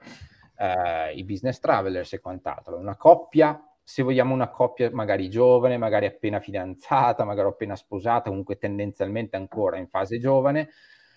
i business travelers e quant'altro. Una coppia, se vogliamo una coppia magari giovane, magari appena fidanzata, magari appena sposata, comunque tendenzialmente ancora in fase giovane,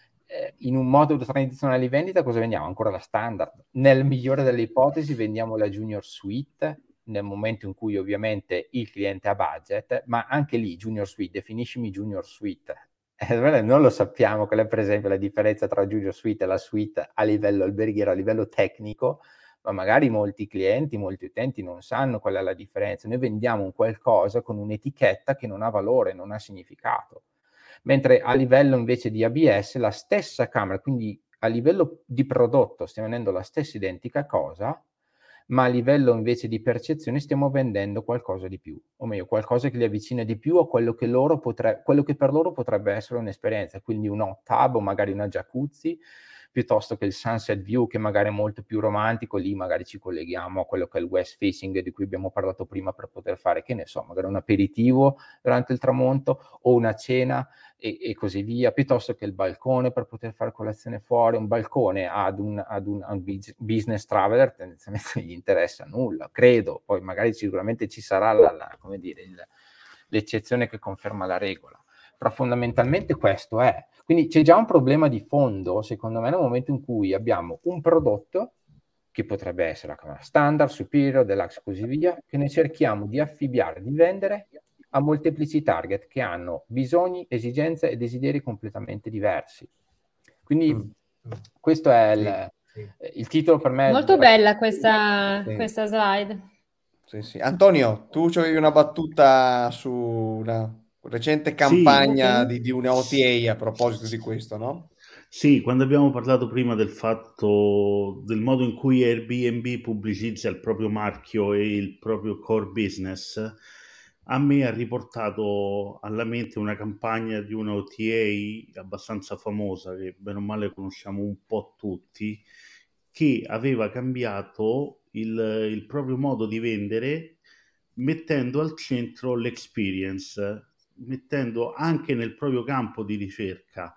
in un modo tradizionale di vendita cosa vendiamo? Ancora la standard. Nel migliore delle ipotesi vendiamo la junior suite, nel momento in cui ovviamente il cliente ha budget, ma anche lì junior suite, definiscimi junior suite. Non lo sappiamo qual è per esempio la differenza tra junior suite e la suite a livello alberghiero, a livello tecnico, ma magari molti clienti, molti utenti non sanno qual è la differenza. Noi vendiamo un qualcosa con un'etichetta che non ha valore, non ha significato. Mentre a livello invece di ABS la stessa camera, quindi a livello di prodotto stiamo vendendo la stessa identica cosa, ma a livello invece di percezione stiamo vendendo qualcosa di più, o meglio qualcosa che li avvicina di più a quello che per loro potrebbe essere un'esperienza, quindi un hot tub o magari una jacuzzi, piuttosto che il sunset view che magari è molto più romantico, lì magari ci colleghiamo a quello che è il west facing di cui abbiamo parlato prima per poter fare, che ne so, magari un aperitivo durante il tramonto o una cena e così via, piuttosto che il balcone per poter fare colazione fuori. Un balcone ad un business traveler tendenzialmente non gli interessa nulla, credo, poi magari sicuramente ci sarà come dire, l'eccezione che conferma la regola, però fondamentalmente questo è. Quindi c'è già un problema di fondo, secondo me, nel momento in cui abbiamo un prodotto che potrebbe essere la camera standard, superior, deluxe e così via, che noi cerchiamo di affibbiare, di vendere a molteplici target che hanno bisogni, esigenze e desideri completamente diversi. Quindi questo è il titolo per me. Molto bella questa slide. Sì. Antonio, tu avevi una battuta su una recente campagna di una OTA a proposito di questo, no? Sì, quando abbiamo parlato prima del fatto del modo in cui Airbnb pubblicizza il proprio marchio e il proprio core business, a me ha riportato alla mente una campagna di una OTA abbastanza famosa, che bene o male conosciamo un po' tutti, che aveva cambiato il proprio modo di vendere mettendo al centro l'experience, mettendo anche nel proprio campo di ricerca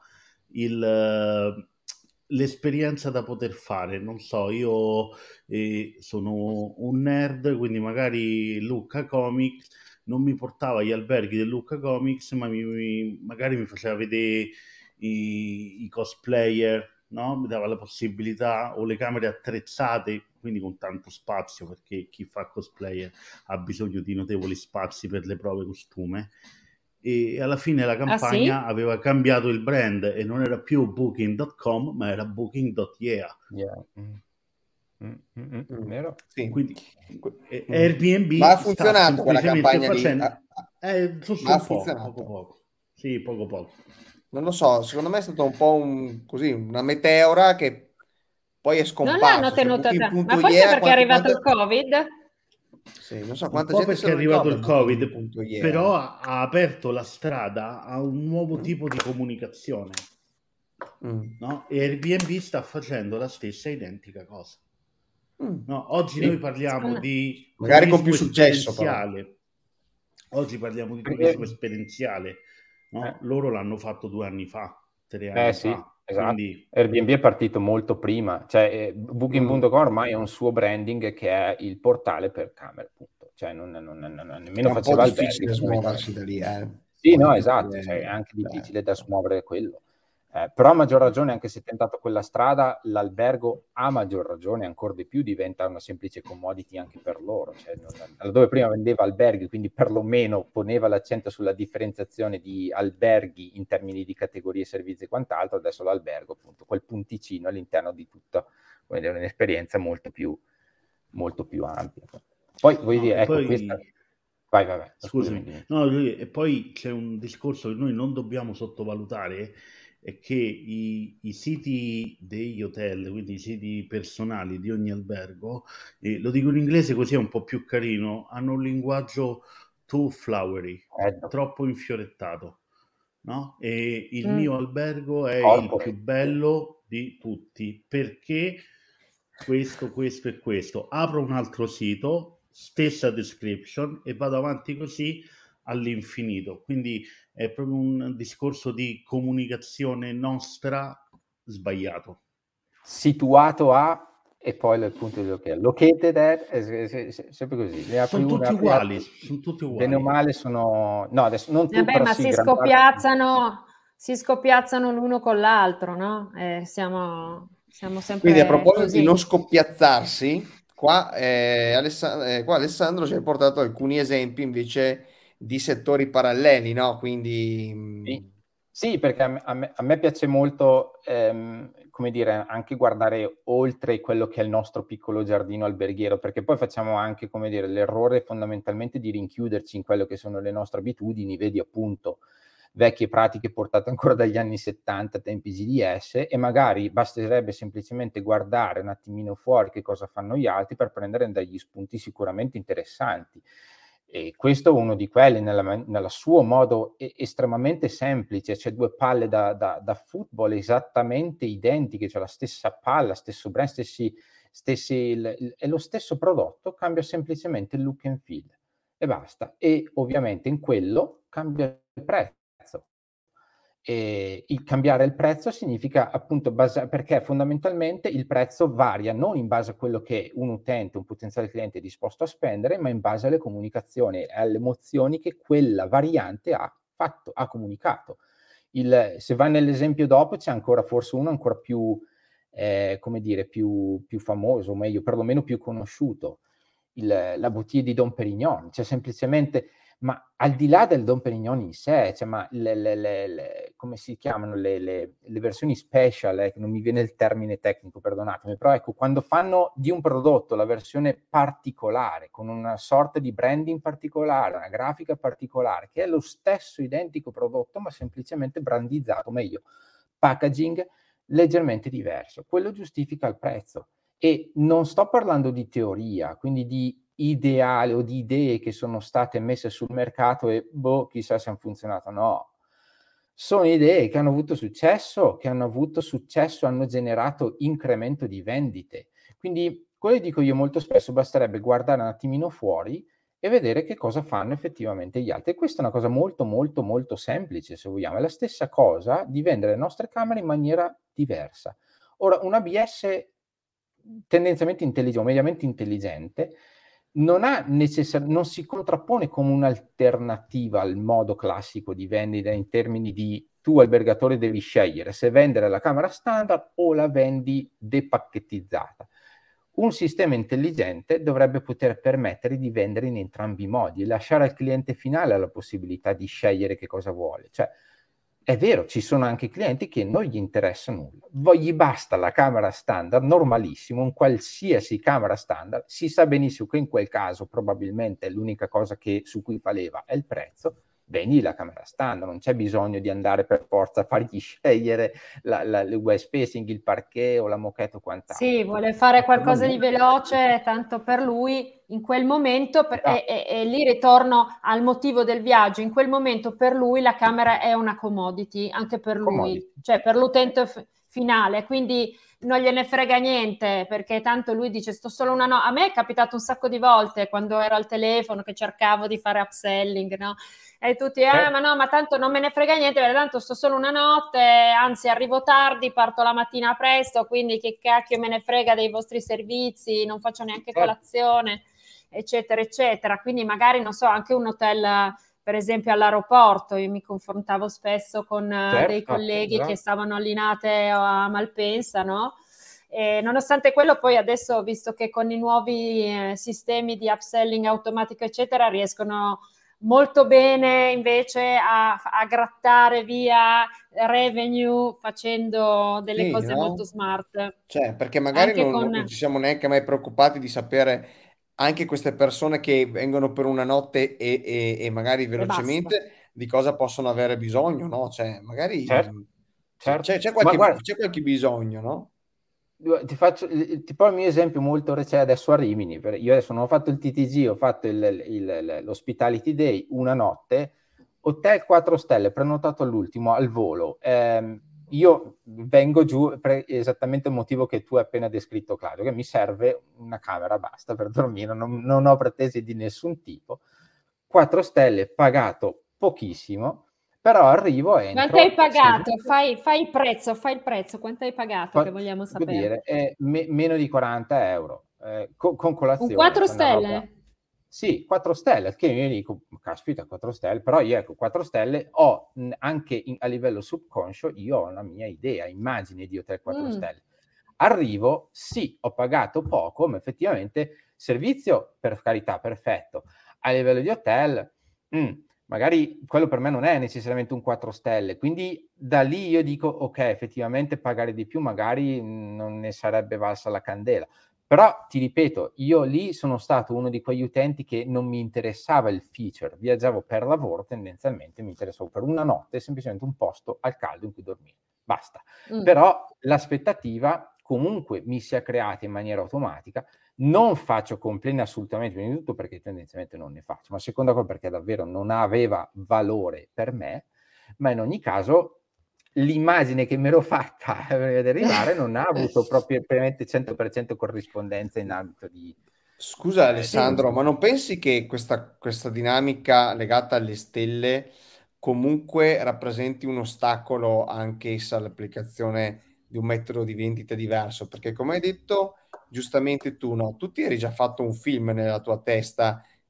l'esperienza da poter fare. Non so, io sono un nerd, quindi magari Lucca Comics non mi portava agli alberghi del Lucca Comics, ma magari mi faceva vedere i cosplayer, no? Mi dava la possibilità, o le camere attrezzate, quindi con tanto spazio, perché chi fa cosplayer ha bisogno di notevoli spazi per le prove costume. E alla fine la campagna aveva cambiato il brand e non era più booking.com, ma era booking.yeah. Vero? Sì. Quindi Airbnb ma ha funzionato quella campagna facendo... ma ha funzionato. Poco. Sì, poco. Non lo so, secondo me è stato un po' una meteora che poi è scomparsa. Non l'hanno tenuta, ma forse perché è arrivato il Covid? Sì, non so quanta un po' gente perché è arrivato il Covid, Booking.yeah. però ha aperto la strada a un nuovo tipo di comunicazione. No? E Airbnb sta facendo la stessa identica cosa. No, oggi noi parliamo di magari con più successo, però. Oggi parliamo di turismo esperienziale, no? Loro l'hanno fatto 2 anni fa, 3 anni fa. Esatto. Quindi... Airbnb è partito molto prima, cioè Booking.com ormai è un suo branding che è il portale per camere, appunto. Cioè non nemmeno faceva alberghi. È difficile smuoversi da lì, Sì, no, esatto, cioè, è anche difficile da smuovere quello. Però a maggior ragione, anche se tentato quella strada, l'albergo a maggior ragione ancora di più diventa una semplice commodity anche per loro. Cioè, dove prima vendeva alberghi, quindi perlomeno poneva l'accento sulla differenziazione di alberghi in termini di categorie, servizi e quant'altro, adesso l'albergo, appunto, quel punticino all'interno di tutta un'esperienza molto più ampia. Poi vuoi dire, ecco, poi... questa... Vai. Scusami. No, e poi c'è un discorso che noi non dobbiamo sottovalutare, è che i siti degli hotel, quindi i siti personali di ogni albergo, lo dico in inglese così è un po' più carino, hanno un linguaggio too flowery, troppo infiorettato, no? E il mio albergo è il più bello di tutti, perché questo e questo. Apro un altro sito, stessa description, e vado avanti così all'infinito. Quindi è proprio un discorso di comunicazione nostra sbagliato. Situato a, e poi il punto di located at, sempre così. Sono tutti uguali. Bene o male sono... No, adesso non tu, però ma si scoppiazzano l'uno con l'altro, no? Siamo sempre Quindi a proposito così. di non scoppiazzarsi, qua Alessandro ci ha portato alcuni esempi invece di settori paralleli, no? Quindi... Sì, perché a me piace molto, come dire, anche guardare oltre quello che è il nostro piccolo giardino alberghiero, perché poi facciamo anche, come dire, l'errore fondamentalmente di rinchiuderci in quello che sono le nostre abitudini, vedi appunto vecchie pratiche portate ancora dagli anni 70, tempi GDS, e magari basterebbe semplicemente guardare un attimino fuori che cosa fanno gli altri per prendere degli spunti sicuramente interessanti. E questo è uno di quelli nella suo modo estremamente semplice. C'è 2 palle da football esattamente identiche, cioè la stessa palla, stesso brand, è lo stesso prodotto, cambia semplicemente il look and feel e basta. E ovviamente in quello cambia il prezzo. E il cambiare il prezzo significa appunto perché fondamentalmente il prezzo varia non in base a quello che un utente, un potenziale cliente è disposto a spendere, ma in base alle comunicazioni e alle emozioni che quella variante ha comunicato. Se vai nell'esempio dopo c'è ancora forse uno ancora più come dire, più famoso, o meglio, perlomeno più conosciuto, la bottiglia di Dom Pérignon, cioè semplicemente, ma al di là del Dom Pérignon in sé, cioè, ma come si chiamano le versioni special, non mi viene il termine tecnico, perdonatemi, però ecco, quando fanno di un prodotto la versione particolare, con una sorta di branding particolare, una grafica particolare, che è lo stesso identico prodotto, ma semplicemente brandizzato, meglio, packaging leggermente diverso, quello giustifica il prezzo. E non sto parlando di teoria, quindi di ideale o di idee che sono state messe sul mercato e chissà se hanno funzionato. No, sono idee che hanno avuto successo, hanno generato incremento di vendite. Quindi quello che dico io molto spesso, basterebbe guardare un attimino fuori e vedere che cosa fanno effettivamente gli altri. E questa è una cosa molto molto molto semplice, se vogliamo. È la stessa cosa di vendere le nostre camere in maniera diversa. Ora, un ABS tendenzialmente intelligente o mediamente intelligente non si contrappone come un'alternativa al modo classico di vendita, in termini di tu albergatore devi scegliere se vendere la camera standard o la vendi depacchettizzata. Un sistema intelligente dovrebbe poter permettere di vendere in entrambi i modi e lasciare al cliente finale la possibilità di scegliere che cosa vuole. Cioè, è vero, ci sono anche clienti che non gli interessa nulla, gli basta la camera standard, normalissimo, un qualsiasi camera standard, si sa benissimo che in quel caso probabilmente l'unica cosa su cui fa leva è il prezzo, vendi la camera standard, non c'è bisogno di andare per forza a fargli scegliere il west facing, il parquet o la moquette o quant'altro. Sì, vuole fare qualcosa di veloce, tanto per lui in quel momento, e lì ritorno al motivo del viaggio. In quel momento per lui la camera è una commodity, anche per lui, cioè per l'utente finale, quindi non gliene frega niente, perché tanto lui dice sto solo una notte. A me è capitato un sacco di volte quando ero al telefono che cercavo di fare upselling, no? E tutti, ma no, ma tanto non me ne frega niente, perché tanto sto solo una notte, anzi arrivo tardi, parto la mattina presto, quindi che cacchio me ne frega dei vostri servizi, non faccio neanche colazione, eccetera, eccetera. Quindi magari, non so, anche un hotel, per esempio all'aeroporto, io mi confrontavo spesso con dei colleghi che stavano a Linate o a Malpensa, no? E nonostante quello, poi adesso, visto che con i nuovi sistemi di upselling automatico, eccetera, riescono molto bene invece a grattare via revenue facendo delle cose molto smart. Cioè, perché magari non ci siamo neanche mai preoccupati di sapere anche queste persone che vengono per una notte e magari velocemente di cosa possono avere bisogno, no? Cioè, magari c'è qualche bisogno, no? Ti faccio tipo il mio esempio molto recente adesso a Rimini. Io adesso non ho fatto il TTG, ho fatto l'Hospitality Day una notte, hotel 4 stelle, prenotato all'ultimo, al volo. Io vengo giù per esattamente il motivo che tu hai appena descritto, Claudio, che mi serve una camera, basta, per dormire, non ho pretese di nessun tipo. 4 stelle, pagato pochissimo, però arrivo, entro... Quanto hai pagato? Fai il prezzo, quanto hai pagato, che vogliamo sapere? Dire, meno di 40 euro, con colazione. Un 4 stelle? Sì, 4 stelle, che io dico, caspita, 4 stelle, però io ecco, 4 stelle ho anche a livello subconscio, io ho una mia idea, immagine di hotel 4 stelle. Arrivo, sì, ho pagato poco, ma effettivamente servizio, per carità, perfetto. A livello di hotel, magari quello per me non è necessariamente un 4 stelle, quindi da lì io dico, ok, effettivamente pagare di più magari non ne sarebbe valsa la candela. Però ti ripeto, io lì sono stato uno di quegli utenti che non mi interessava il feature, viaggiavo per lavoro, tendenzialmente mi interessavo per una notte semplicemente un posto al caldo in cui dormire, basta. Però l'aspettativa comunque mi si è creata in maniera automatica, non faccio complaint assolutamente, prima di tutto perché tendenzialmente non ne faccio, ma seconda cosa perché davvero non aveva valore per me, ma in ogni caso l'immagine che mi ero fatta per arrivare non ha avuto proprio 100% corrispondenza in ambito di... Scusa Alessandro, ma non pensi che questa dinamica legata alle stelle comunque rappresenti un ostacolo anche essa all'applicazione di un metodo di vendita diverso? Perché come hai detto giustamente tu, no? Tu ti eri già fatto un film nella tua testa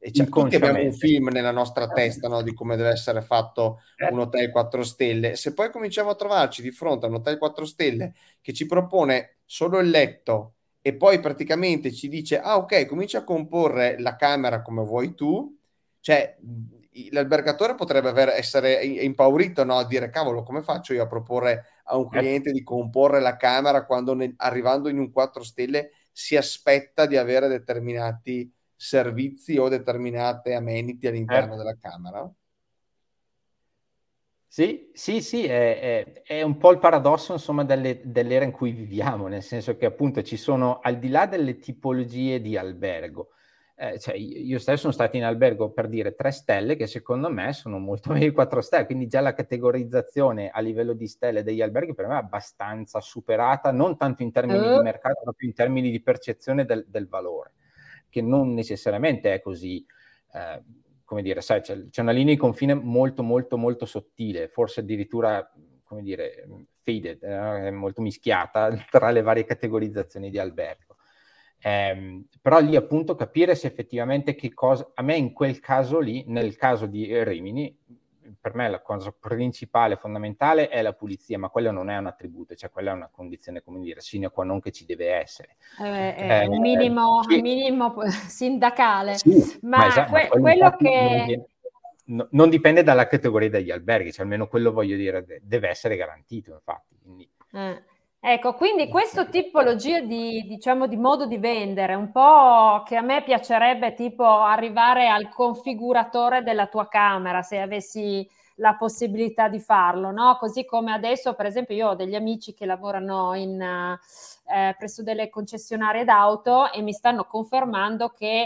tutti abbiamo un inconsciamente. film nella nostra testa, no, di come deve essere fatto un Certo. hotel 4 stelle. Se poi cominciamo a trovarci di fronte a un hotel 4 stelle che ci propone solo il letto e poi praticamente ci dice, ah ok, comincia a comporre la camera come vuoi tu, cioè l'albergatore potrebbe essere impaurito, no, a dire, cavolo, come faccio io a proporre a un cliente di comporre la camera quando arrivando in un 4 stelle si aspetta di avere determinati servizi o determinate amenity all'interno Certo. della camera? Sì, sì, sì, è un po' il paradosso, insomma, dell'era in cui viviamo, nel senso che appunto ci sono, al di là delle tipologie di albergo, cioè io stesso sono stato in albergo, per dire, 3 stelle, che secondo me sono molto meglio di 4 stelle, quindi già la categorizzazione a livello di stelle degli alberghi per me è abbastanza superata, non tanto in termini di mercato, ma più in termini di percezione del valore, che non necessariamente è così. Come dire, sai, c'è una linea di confine molto, molto, molto sottile, forse addirittura, come dire, faded, molto mischiata tra le varie categorizzazioni di albergo. Però lì appunto capire se effettivamente che cosa, a me in quel caso lì, nel caso di Rimini, per me la cosa principale, fondamentale è la pulizia, ma quello non è un attributo, cioè quella è una condizione, come dire, sine qua non che ci deve essere. È un minimo sindacale. Sì, Ma ma quello quello infatti che... non dipende dalla categoria degli alberghi, cioè almeno quello voglio dire, deve essere garantito, infatti. Quindi. Ecco, quindi questa tipologia diciamo, di modo di vendere, un po' che a me piacerebbe tipo arrivare al configuratore della tua camera, se avessi la possibilità di farlo, no? Così come adesso, per esempio, io ho degli amici che lavorano presso delle concessionarie d'auto e mi stanno confermando che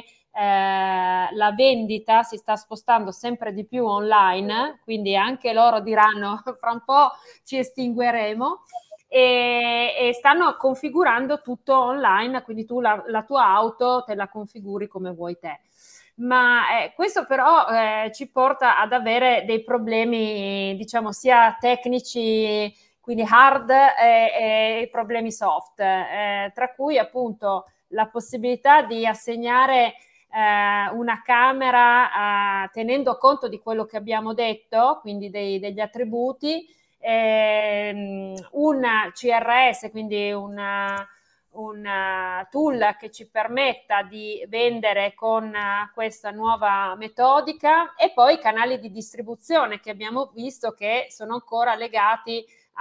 la vendita si sta spostando sempre di più online, quindi anche loro diranno fra un po' ci estingueremo. E stanno configurando tutto online, quindi tu la tua auto te la configuri come vuoi te. Ma questo però ci porta ad avere dei problemi, diciamo, sia tecnici, quindi hard e problemi soft, tra cui appunto la possibilità di assegnare una camera tenendo conto di quello che abbiamo detto, quindi degli attributi, un CRS, quindi un tool che ci permetta di vendere con questa nuova metodica, e poi canali di distribuzione che abbiamo visto che sono ancora legati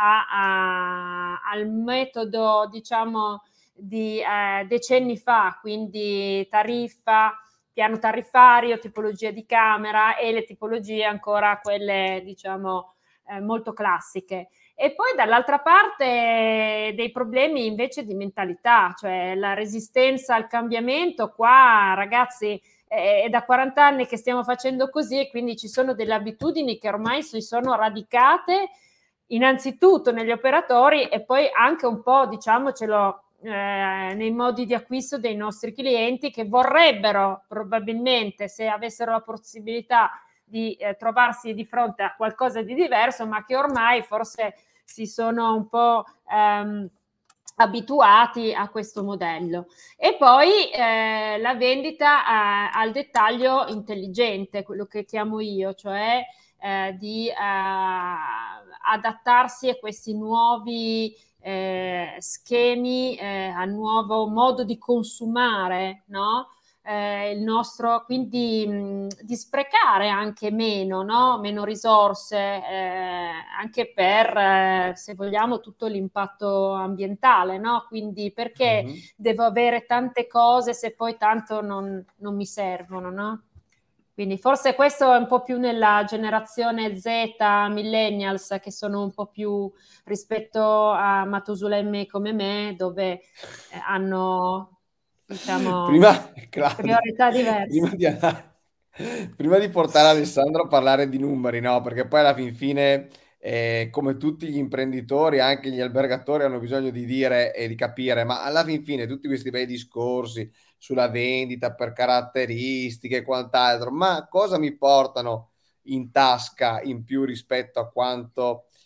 al metodo, diciamo, di decenni fa, quindi tariffa, piano tariffario, tipologia di camera e le tipologie ancora quelle, diciamo, molto classiche. E poi dall'altra parte dei problemi invece di mentalità, cioè la resistenza al cambiamento. Qua, ragazzi, è da 40 anni che stiamo facendo così, e quindi ci sono delle abitudini che ormai si sono radicate innanzitutto negli operatori e poi anche un po', diciamocelo, nei modi di acquisto dei nostri clienti, che vorrebbero probabilmente, se avessero la possibilità, di trovarsi di fronte a qualcosa di diverso, ma che ormai forse si sono un po' abituati a questo modello. E poi la vendita al dettaglio intelligente, quello che chiamo io, cioè di adattarsi a questi nuovi schemi, al nuovo modo di consumare, no? Il nostro, quindi di sprecare anche meno, no? Meno risorse, anche per, se vogliamo, tutto l'impatto ambientale, no? Quindi perché devo avere tante cose se poi tanto non mi servono, no? Quindi forse questo è un po' più nella generazione Z, millennials, che sono un po' più rispetto a Matusalemme come me, dove hanno, diciamo, priorità diverse. Prima di portare Alessandro a parlare di numeri, no? Perché poi alla fin fine, come tutti gli imprenditori, anche gli albergatori hanno bisogno di dire e di capire, ma alla fin fine tutti questi bei discorsi sulla vendita per caratteristiche e quant'altro, ma cosa mi portano in tasca in più rispetto a quanto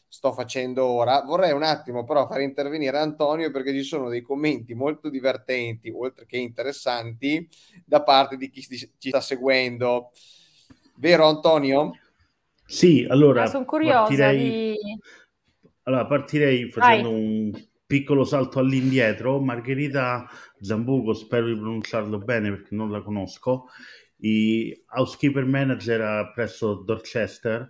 sto facendo ora. Vorrei un attimo però fare intervenire Antonio, perché ci sono dei commenti molto divertenti, oltre che interessanti, da parte di chi ci sta seguendo. Vero Antonio? Sì, allora sono curiosa partirei facendo un piccolo salto all'indietro. Margherita Zambuco, spero di pronunciarlo bene perché non la conosco, housekeeper manager presso Dorchester,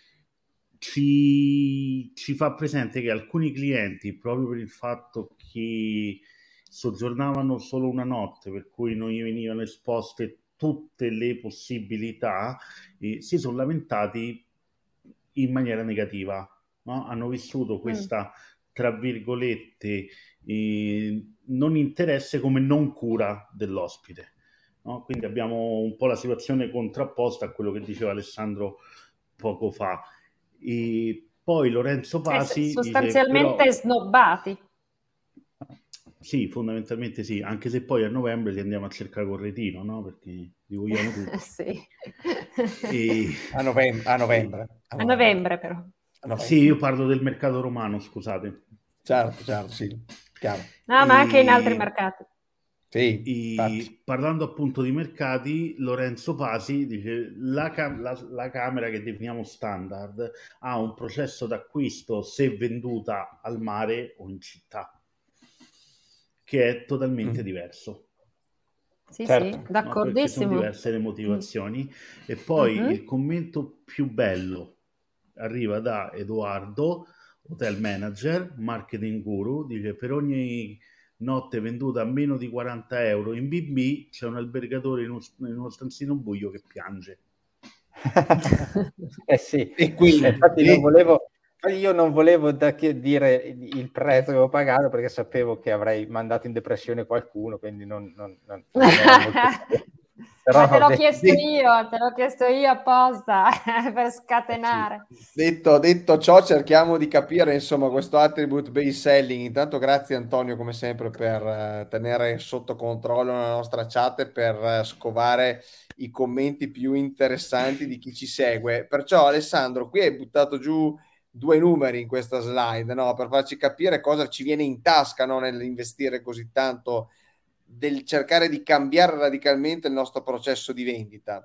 ci fa presente che alcuni clienti, proprio per il fatto che soggiornavano solo una notte, per cui non gli venivano esposte tutte le possibilità, si sono lamentati in maniera negativa, no? Hanno vissuto questa, tra virgolette, non interesse come non cura dell'ospite, no? Quindi abbiamo un po' la situazione contrapposta a quello che diceva Alessandro poco fa. E poi Lorenzo Pasi sostanzialmente dice, però, snobbati. sì, fondamentalmente sì, anche se poi a novembre li andiamo a cercare con Retino, no? Perché li vogliamo tutti. Sì. A novembre. A novembre però. A novembre. Sì, io parlo del mercato romano, scusate. Certo, sì, chiaro. No, ma anche in altri mercati. Sì, parlando appunto di mercati, Lorenzo Pasi dice la camera che definiamo standard ha un processo d'acquisto se venduta al mare o in città, che è totalmente diverso. Sì, Certo. sì, d'accordissimo. Perché sono diverse le motivazioni. E poi il commento più bello arriva da Edoardo, hotel manager, marketing guru, dice: per ogni notte venduta a meno di 40 euro in B&B c'è un albergatore in uno stanzino buio che piange. Sì, e quindi infatti io non volevo dire il prezzo che avevo pagato, perché sapevo che avrei mandato in depressione qualcuno, quindi non era molto... Però ma te l'ho chiesto io apposta per scatenare. Detto ciò, cerchiamo di capire insomma questo attribute based selling. Intanto grazie Antonio come sempre per tenere sotto controllo la nostra chat e per scovare i commenti più interessanti di chi ci segue. Perciò Alessandro, qui hai buttato giù 2 numeri in questa slide, no? Per farci capire cosa ci viene in tasca, no? Nell'investire così tanto, del cercare di cambiare radicalmente il nostro processo di vendita.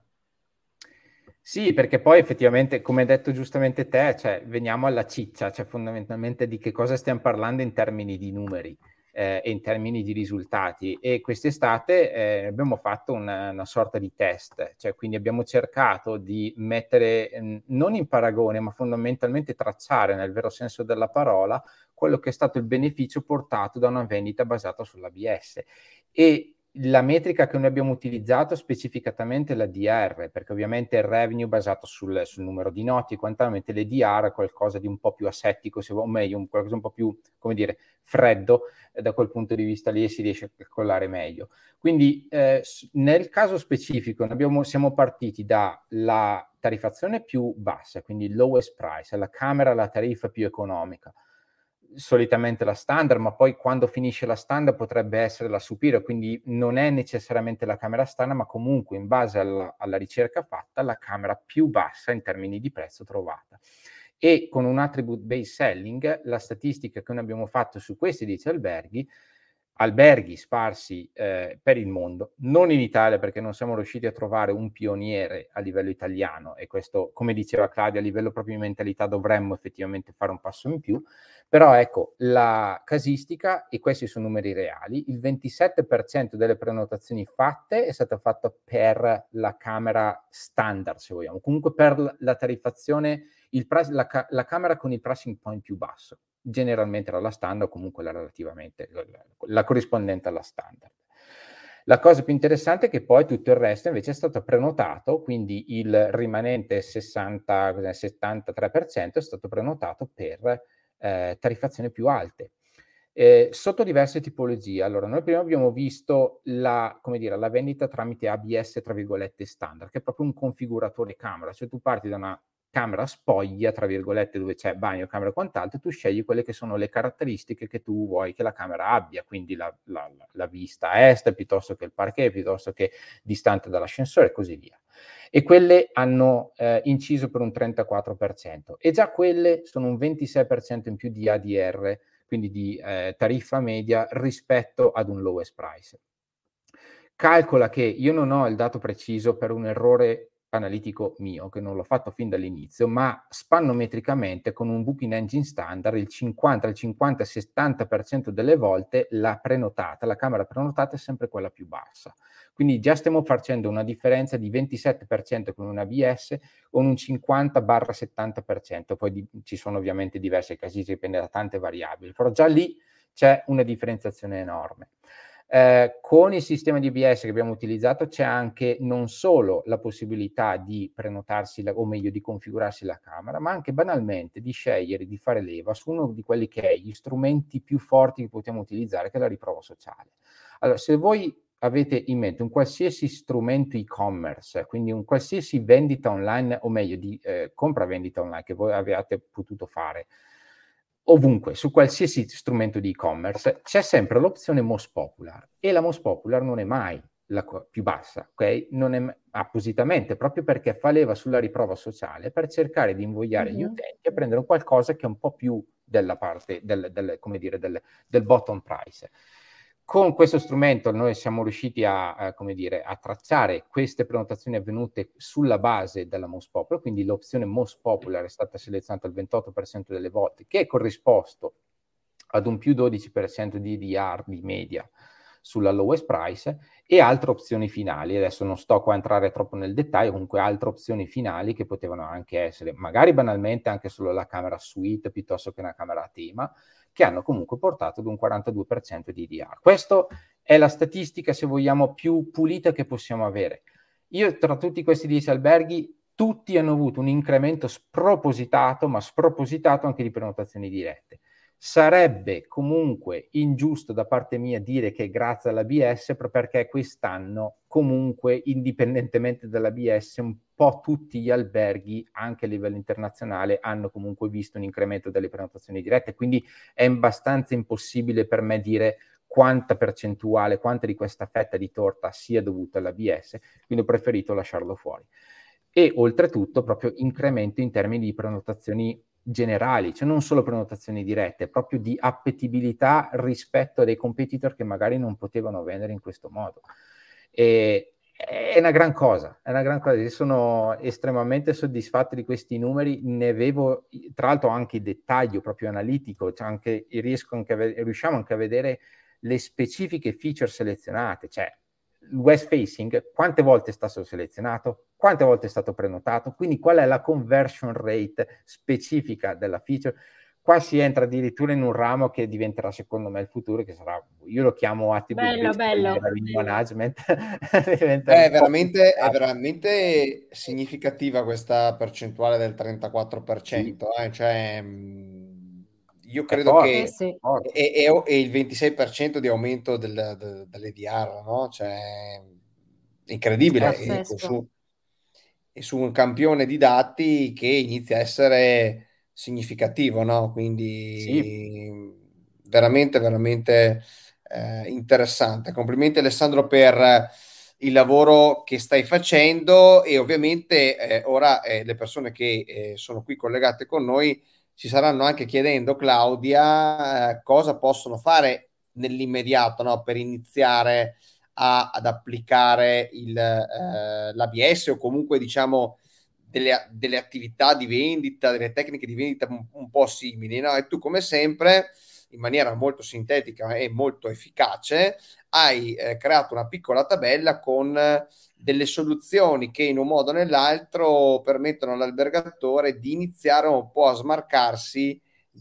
Sì, perché poi effettivamente, come hai detto giustamente te, cioè, veniamo alla ciccia, cioè fondamentalmente di che cosa stiamo parlando in termini di numeri e in termini di risultati. E quest'estate abbiamo fatto una sorta di test, cioè quindi abbiamo cercato di mettere, non in paragone, ma fondamentalmente tracciare nel vero senso della parola quello che è stato il beneficio portato da una vendita basata sull'ABS. E la metrica che noi abbiamo utilizzato specificatamente è la DR, perché ovviamente il revenue basato sul numero di noti e quantamente l'EDR è qualcosa di un po' più asettico, o meglio, qualcosa un po' più, come dire, freddo, da quel punto di vista lì si riesce a calcolare meglio. Quindi nel caso specifico siamo partiti dalla tariffazione più bassa, quindi lowest price, la camera, la tariffa più economica, solitamente la standard, ma poi quando finisce la standard potrebbe essere la superior, quindi non è necessariamente la camera standard, ma comunque in base alla ricerca fatta la camera più bassa in termini di prezzo trovata. E con un attribute based selling, la statistica che noi abbiamo fatto su questi 10 alberghi sparsi per il mondo, non in Italia perché non siamo riusciti a trovare un pioniere a livello italiano, e questo, come diceva Claudia, a livello proprio di mentalità dovremmo effettivamente fare un passo in più. Però ecco, la casistica, e questi sono numeri reali, il 27% delle prenotazioni fatte è stata fatta per la camera standard, se vogliamo, comunque per la tariffazione, la camera con il pricing point più basso. Generalmente era la standard, comunque la corrispondente alla standard. La cosa più interessante è che poi tutto il resto invece è stato prenotato, quindi il rimanente 73% è stato prenotato per tariffazioni più alte. Sotto diverse tipologie. Allora, noi prima abbiamo visto la vendita tramite ABS, tra virgolette, standard, che è proprio un configuratore camera, cioè tu parti da una camera spoglia, tra virgolette, dove c'è bagno, camera e quant'altro, tu scegli quelle che sono le caratteristiche che tu vuoi che la camera abbia, quindi la vista a est, piuttosto che il parquet, piuttosto che distante dall'ascensore e così via. E quelle hanno inciso per un 34%, e già quelle sono un 26% in più di ADR, quindi di tariffa media rispetto ad un lowest price. Calcola che io non ho il dato preciso per un errore analitico mio, che non l'ho fatto fin dall'inizio, ma spannometricamente con un booking engine standard il 50-70% delle volte la camera prenotata è sempre quella più bassa. Quindi già stiamo facendo una differenza di 27% con un ABS o un 50-70%, poi ci sono ovviamente diversi casi, dipende da tante variabili, però già lì c'è una differenziazione enorme. Con il sistema di ABS che abbiamo utilizzato c'è anche non solo la possibilità di prenotarsi, o meglio di configurarsi la camera, ma anche banalmente di scegliere di fare leva su uno di quelli che è gli strumenti più forti che possiamo utilizzare, che è la riprova sociale. Allora, se voi avete in mente un qualsiasi strumento e-commerce, quindi un qualsiasi vendita online, o meglio di compra-vendita online che voi abbiate potuto fare, ovunque, su qualsiasi strumento di e-commerce, c'è sempre l'opzione Most Popular, e la Most Popular non è mai la più bassa, ok? Non è appositamente, proprio perché fa leva sulla riprova sociale per cercare di invogliare gli utenti a prendere qualcosa che è un po' più della parte del bottom price. Con questo strumento noi siamo riusciti a tracciare queste prenotazioni avvenute sulla base della Most Popular, quindi l'opzione Most Popular è stata selezionata il 28% delle volte, che è corrisposto ad un più 12% di ADR di media sulla lowest price, e altre opzioni finali. Adesso non sto qua a entrare troppo nel dettaglio, comunque altre opzioni finali che potevano anche essere, magari banalmente, anche solo la camera suite piuttosto che una camera a tema, che hanno comunque portato ad un 42% di ADR. Questa è la statistica, se vogliamo, più pulita che possiamo avere. Io, tra tutti questi 10 alberghi, tutti hanno avuto un incremento spropositato, ma spropositato anche di prenotazioni dirette. Sarebbe comunque ingiusto da parte mia dire che grazie all'ABS, perché quest'anno comunque, indipendentemente dall'ABS, un po' tutti gli alberghi, anche a livello internazionale, hanno comunque visto un incremento delle prenotazioni dirette, quindi è abbastanza impossibile per me dire quanta percentuale, quanta di questa fetta di torta sia dovuta all'ABS, quindi ho preferito lasciarlo fuori. E oltretutto proprio incremento in termini di prenotazioni generali, cioè non solo prenotazioni dirette, proprio di appetibilità rispetto a dei competitor che magari non potevano vendere in questo modo. E è una gran cosa, Io sono estremamente soddisfatto di questi numeri, ne avevo tra l'altro anche il dettaglio proprio analitico, cioè riusciamo anche a vedere le specifiche feature selezionate, cioè il west facing, quante volte è stato selezionato, quante volte è stato prenotato, quindi qual è la conversion rate specifica della feature. Qua si entra addirittura in un ramo che diventerà, secondo me, il futuro, che sarà, io lo chiamo attribute revenue management. È veramente significativa questa percentuale del 34%, Sì. Cioè, io È credo forte, che è forte. è il 26% di aumento dell'EDR, no? Cioè, incredibile. Pazzesco. E su un campione di dati che inizia a essere significativo, no? Sì. Quindi veramente, veramente interessante. Complimenti Alessandro per il lavoro che stai facendo, e ovviamente ora le persone che sono qui collegate con noi si saranno anche chiedendo, Claudia, cosa possono fare nell'immediato, no? Per iniziare ad applicare l'ABS, o comunque diciamo delle attività di vendita, delle tecniche di vendita un po' simili, no? E tu, come sempre, in maniera molto sintetica e molto efficace, hai creato una piccola tabella con delle soluzioni che in un modo o nell'altro permettono all'albergatore di iniziare un po' a smarcarsi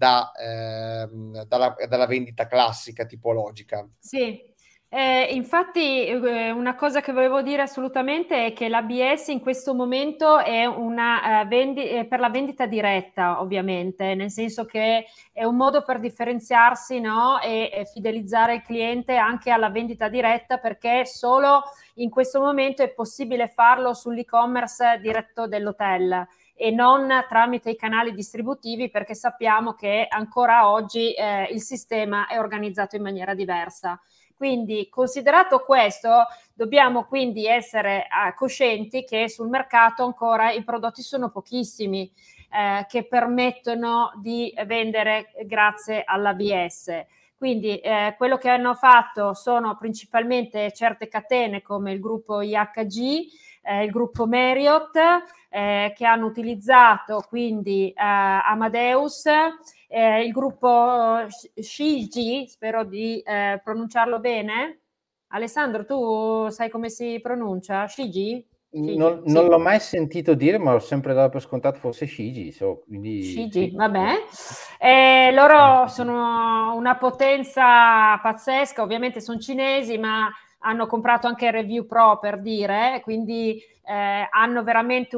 dalla vendita classica tipologica. Sì, infatti una cosa che volevo dire assolutamente è che l'ABS in questo momento è per la vendita diretta, ovviamente, nel senso che è un modo per differenziarsi, no? E fidelizzare il cliente anche alla vendita diretta, perché solo in questo momento è possibile farlo sull'e-commerce diretto dell'hotel. e non tramite i canali distributivi, perché sappiamo che ancora oggi il sistema è organizzato in maniera diversa. Quindi, considerato questo, dobbiamo quindi essere coscienti che sul mercato ancora i prodotti sono pochissimi che permettono di vendere grazie all'ABS. Quindi quello che hanno fatto sono principalmente certe catene come il gruppo IHG, il gruppo Marriott, che hanno utilizzato quindi Amadeus, il gruppo Shiji, spero di pronunciarlo bene. Alessandro, tu sai come si pronuncia? Shiji? Non l'ho mai sentito dire, ma ho sempre dato per scontato fosse Shiji. Quindi, Shiji, sì. Vabbè. Loro sono una potenza pazzesca, ovviamente sono cinesi, ma hanno comprato anche Review Pro, per dire, quindi hanno veramente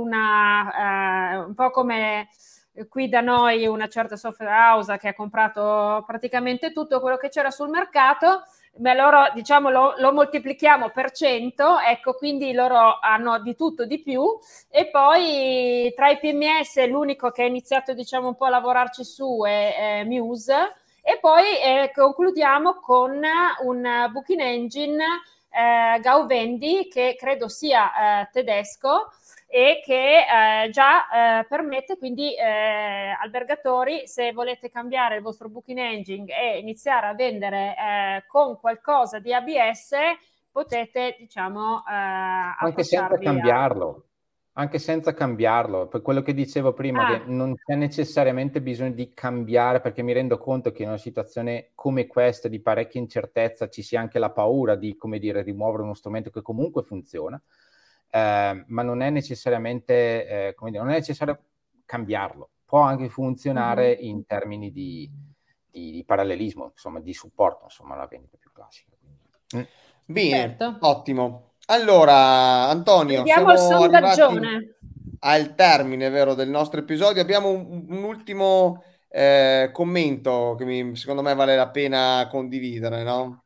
un po' come qui da noi una certa software house che ha comprato praticamente tutto quello che c'era sul mercato, ma loro diciamo lo moltiplichiamo per 100, ecco, quindi loro hanno di tutto di più. E poi tra i PMS l'unico che ha iniziato diciamo un po' a lavorarci su è Muse, e poi concludiamo con un booking engine Gauvendi, che credo sia tedesco e che già permette quindi albergatori, se volete cambiare il vostro booking engine e iniziare a vendere con qualcosa di ABS, potete diciamo Anche senza cambiarlo. Anche senza cambiarlo, per quello che dicevo prima, che non c'è necessariamente bisogno di cambiare, perché mi rendo conto che in una situazione come questa di parecchia incertezza ci sia anche la paura di, come dire, rimuovere uno strumento che comunque funziona, ma non è necessariamente, come dire, non è necessario cambiarlo, può anche funzionare in termini di parallelismo, insomma, di supporto, insomma, alla vendita più classica. Bene, certo. Ottimo. Allora, Antonio, Vediamo il siamo arrivati sondaggione al termine, vero, del nostro episodio. Abbiamo un ultimo commento che secondo me vale la pena condividere, no?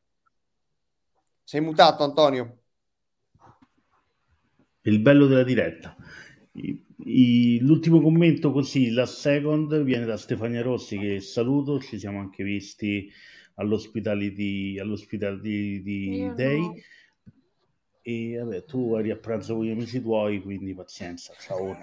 Sei mutato, Antonio? Il bello della diretta. L'ultimo commento così, la second, viene da Stefania Rossi, che saluto, ci siamo anche visti all'Hospitality Day. no. E vabbè, tu eri a pranzo con gli amici tuoi, quindi pazienza, ciao.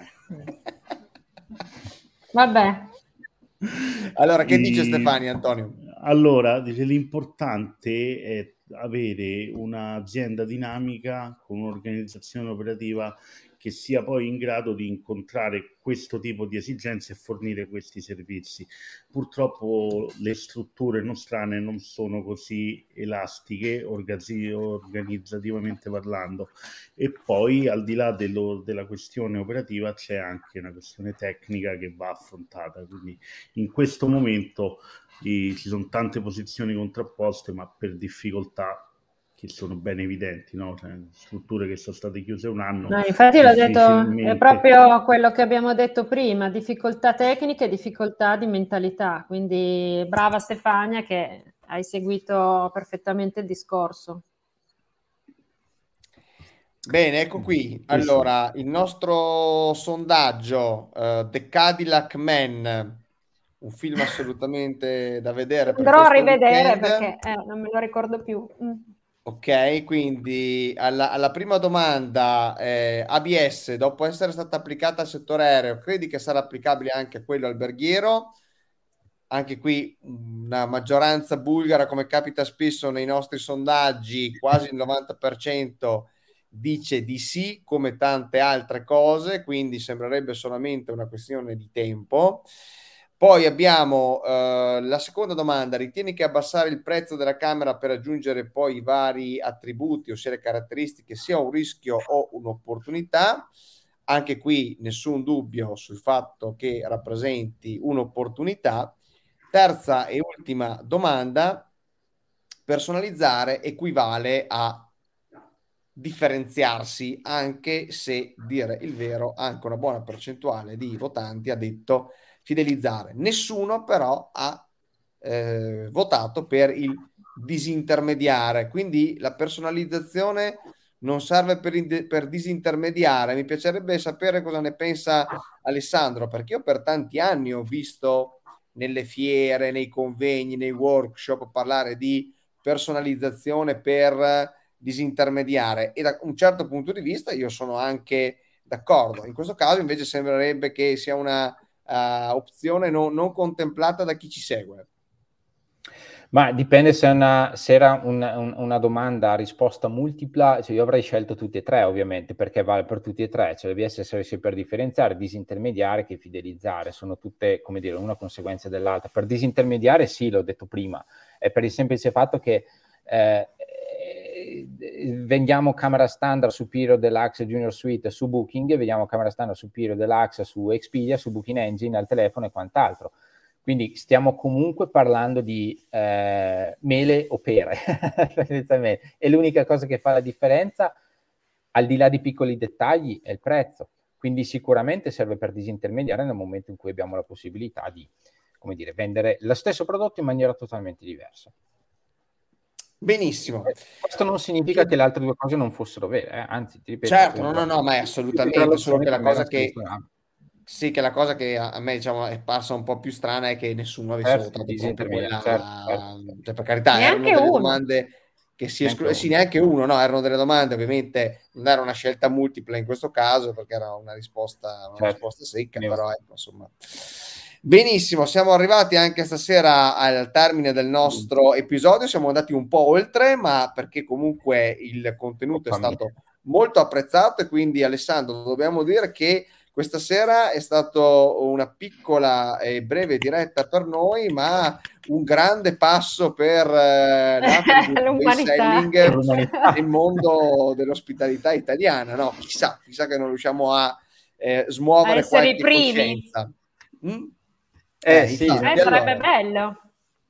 Vabbè. Allora, che dice Stefania, Antonio? Allora, dice l'importante è avere un'azienda dinamica con un'organizzazione operativa che sia poi in grado di incontrare questo tipo di esigenze e fornire questi servizi. Purtroppo le strutture nostrane non sono così elastiche organizzativamente parlando, e poi al di là della questione operativa c'è anche una questione tecnica che va affrontata, quindi in questo momento ci sono tante posizioni contrapposte, ma per difficoltà che sono ben evidenti, no? Cioè, strutture che sono state chiuse un anno. No, infatti l'ho detto, è proprio quello che abbiamo detto prima, difficoltà tecniche e difficoltà di mentalità, quindi brava Stefania che hai seguito perfettamente il discorso. Bene, ecco qui. Allora, il nostro sondaggio, The Cadillac Man, un film assolutamente da vedere per Andrò a questo rivedere weekend. perché non me lo ricordo più. Ok, quindi alla prima domanda, ABS, dopo essere stata applicata al settore aereo, credi che sarà applicabile anche a quello alberghiero? Anche qui una maggioranza bulgara, come capita spesso nei nostri sondaggi, quasi il 90% dice di sì, come tante altre cose, quindi sembrerebbe solamente una questione di tempo. Poi abbiamo la seconda domanda: ritieni che abbassare il prezzo della camera per aggiungere poi i vari attributi, ossia le caratteristiche, sia un rischio o un'opportunità? Anche qui nessun dubbio sul fatto che rappresenti un'opportunità. Terza e ultima domanda: personalizzare equivale a differenziarsi, anche se, dire il vero, anche una buona percentuale di votanti ha detto fidelizzare. Nessuno però ha votato per il disintermediare, quindi la personalizzazione non serve per disintermediare. Mi piacerebbe sapere cosa ne pensa Alessandro, perché io per tanti anni ho visto nelle fiere, nei convegni, nei workshop parlare di personalizzazione per disintermediare, e da un certo punto di vista io sono anche d'accordo. In questo caso invece sembrerebbe che sia una opzione non contemplata da chi ci segue. Ma dipende se era una domanda a risposta multipla, cioè io avrei scelto tutti e tre ovviamente, perché vale per tutti e tre, cioè devi essere sia per differenziare, disintermediare che fidelizzare, sono tutte, come dire, una conseguenza dell'altra. Per disintermediare sì, l'ho detto prima, è per il semplice fatto che vendiamo camera standard Superior Deluxe Junior Suite su Booking, vediamo camera standard Superior Deluxe su Expedia, su Booking Engine, al telefono e quant'altro. Quindi stiamo comunque parlando di mele o pere, e l'unica cosa che fa la differenza, al di là di piccoli dettagli, è il prezzo. Quindi sicuramente serve per disintermediare nel momento in cui abbiamo la possibilità di, come dire, vendere lo stesso prodotto in maniera totalmente diversa. Benissimo. Questo non significa che le altre due cose non fossero vere, anzi, ti ripeto. Certo, no, ma è assolutamente, solo che la cosa che... Sì, che la cosa che a me, diciamo, è parsa un po' più strana è che nessuno avesse votato proprio quella, cioè, per carità, neanche erano delle uno. Domande che si sì, neanche uno, no, erano delle domande, ovviamente non era una scelta multipla in questo caso, perché era una risposta secca, però ecco, insomma. Benissimo, siamo arrivati anche stasera al termine del nostro episodio, siamo andati un po' oltre, ma perché comunque il contenuto è stato molto apprezzato, e quindi Alessandro, dobbiamo dire che questa sera è stato una piccola e breve diretta per noi, ma un grande passo per l'Attribute nel mondo dell'ospitalità italiana. No? Chissà che non riusciamo a smuovere qualche coscienza. Sì, sarebbe bello.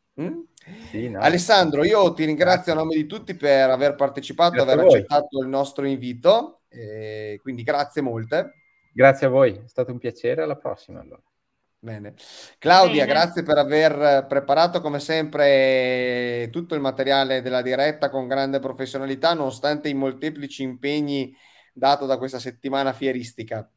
Sì, no. Alessandro, io ti ringrazio a nome di tutti per aver partecipato, aver accettato il nostro invito, quindi grazie molte. Grazie a voi, è stato un piacere, alla prossima allora. Bene. Claudia, grazie per aver preparato come sempre tutto il materiale della diretta con grande professionalità, nonostante i molteplici impegni dato da questa settimana fieristica.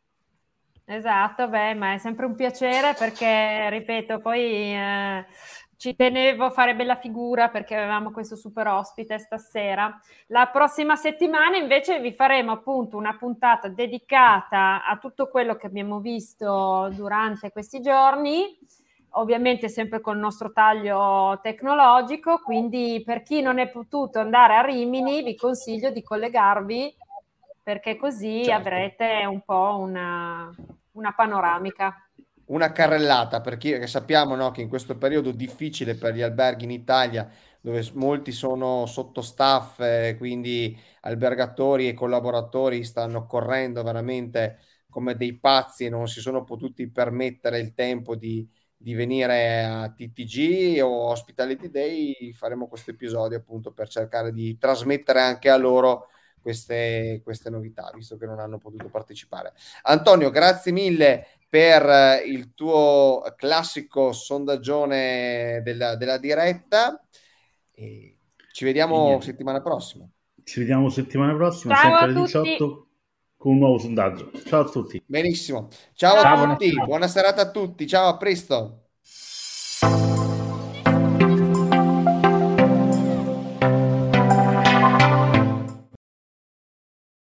Esatto, ma è sempre un piacere perché, ripeto, poi ci tenevo a fare bella figura perché avevamo questo super ospite stasera. La prossima settimana invece vi faremo appunto una puntata dedicata a tutto quello che abbiamo visto durante questi giorni, ovviamente sempre col nostro taglio tecnologico, quindi per chi non è potuto andare a Rimini vi consiglio di collegarvi, perché così avrete un po' una panoramica. Una carrellata, perché sappiamo, no, che in questo periodo difficile per gli alberghi in Italia, dove molti sono sottostaff, quindi albergatori e collaboratori stanno correndo veramente come dei pazzi e non si sono potuti permettere il tempo di venire a TTG o Hospitality Day, faremo questo episodio appunto per cercare di trasmettere anche a loro queste novità, visto che non hanno potuto partecipare. Antonio, grazie mille per il tuo classico sondaggione della diretta, e ci vediamo settimana prossima. Ci vediamo settimana prossima, ciao sempre a alle 18 con un nuovo sondaggio. Ciao a tutti. Benissimo, ciao a tutti, buona serata a tutti, ciao, a presto.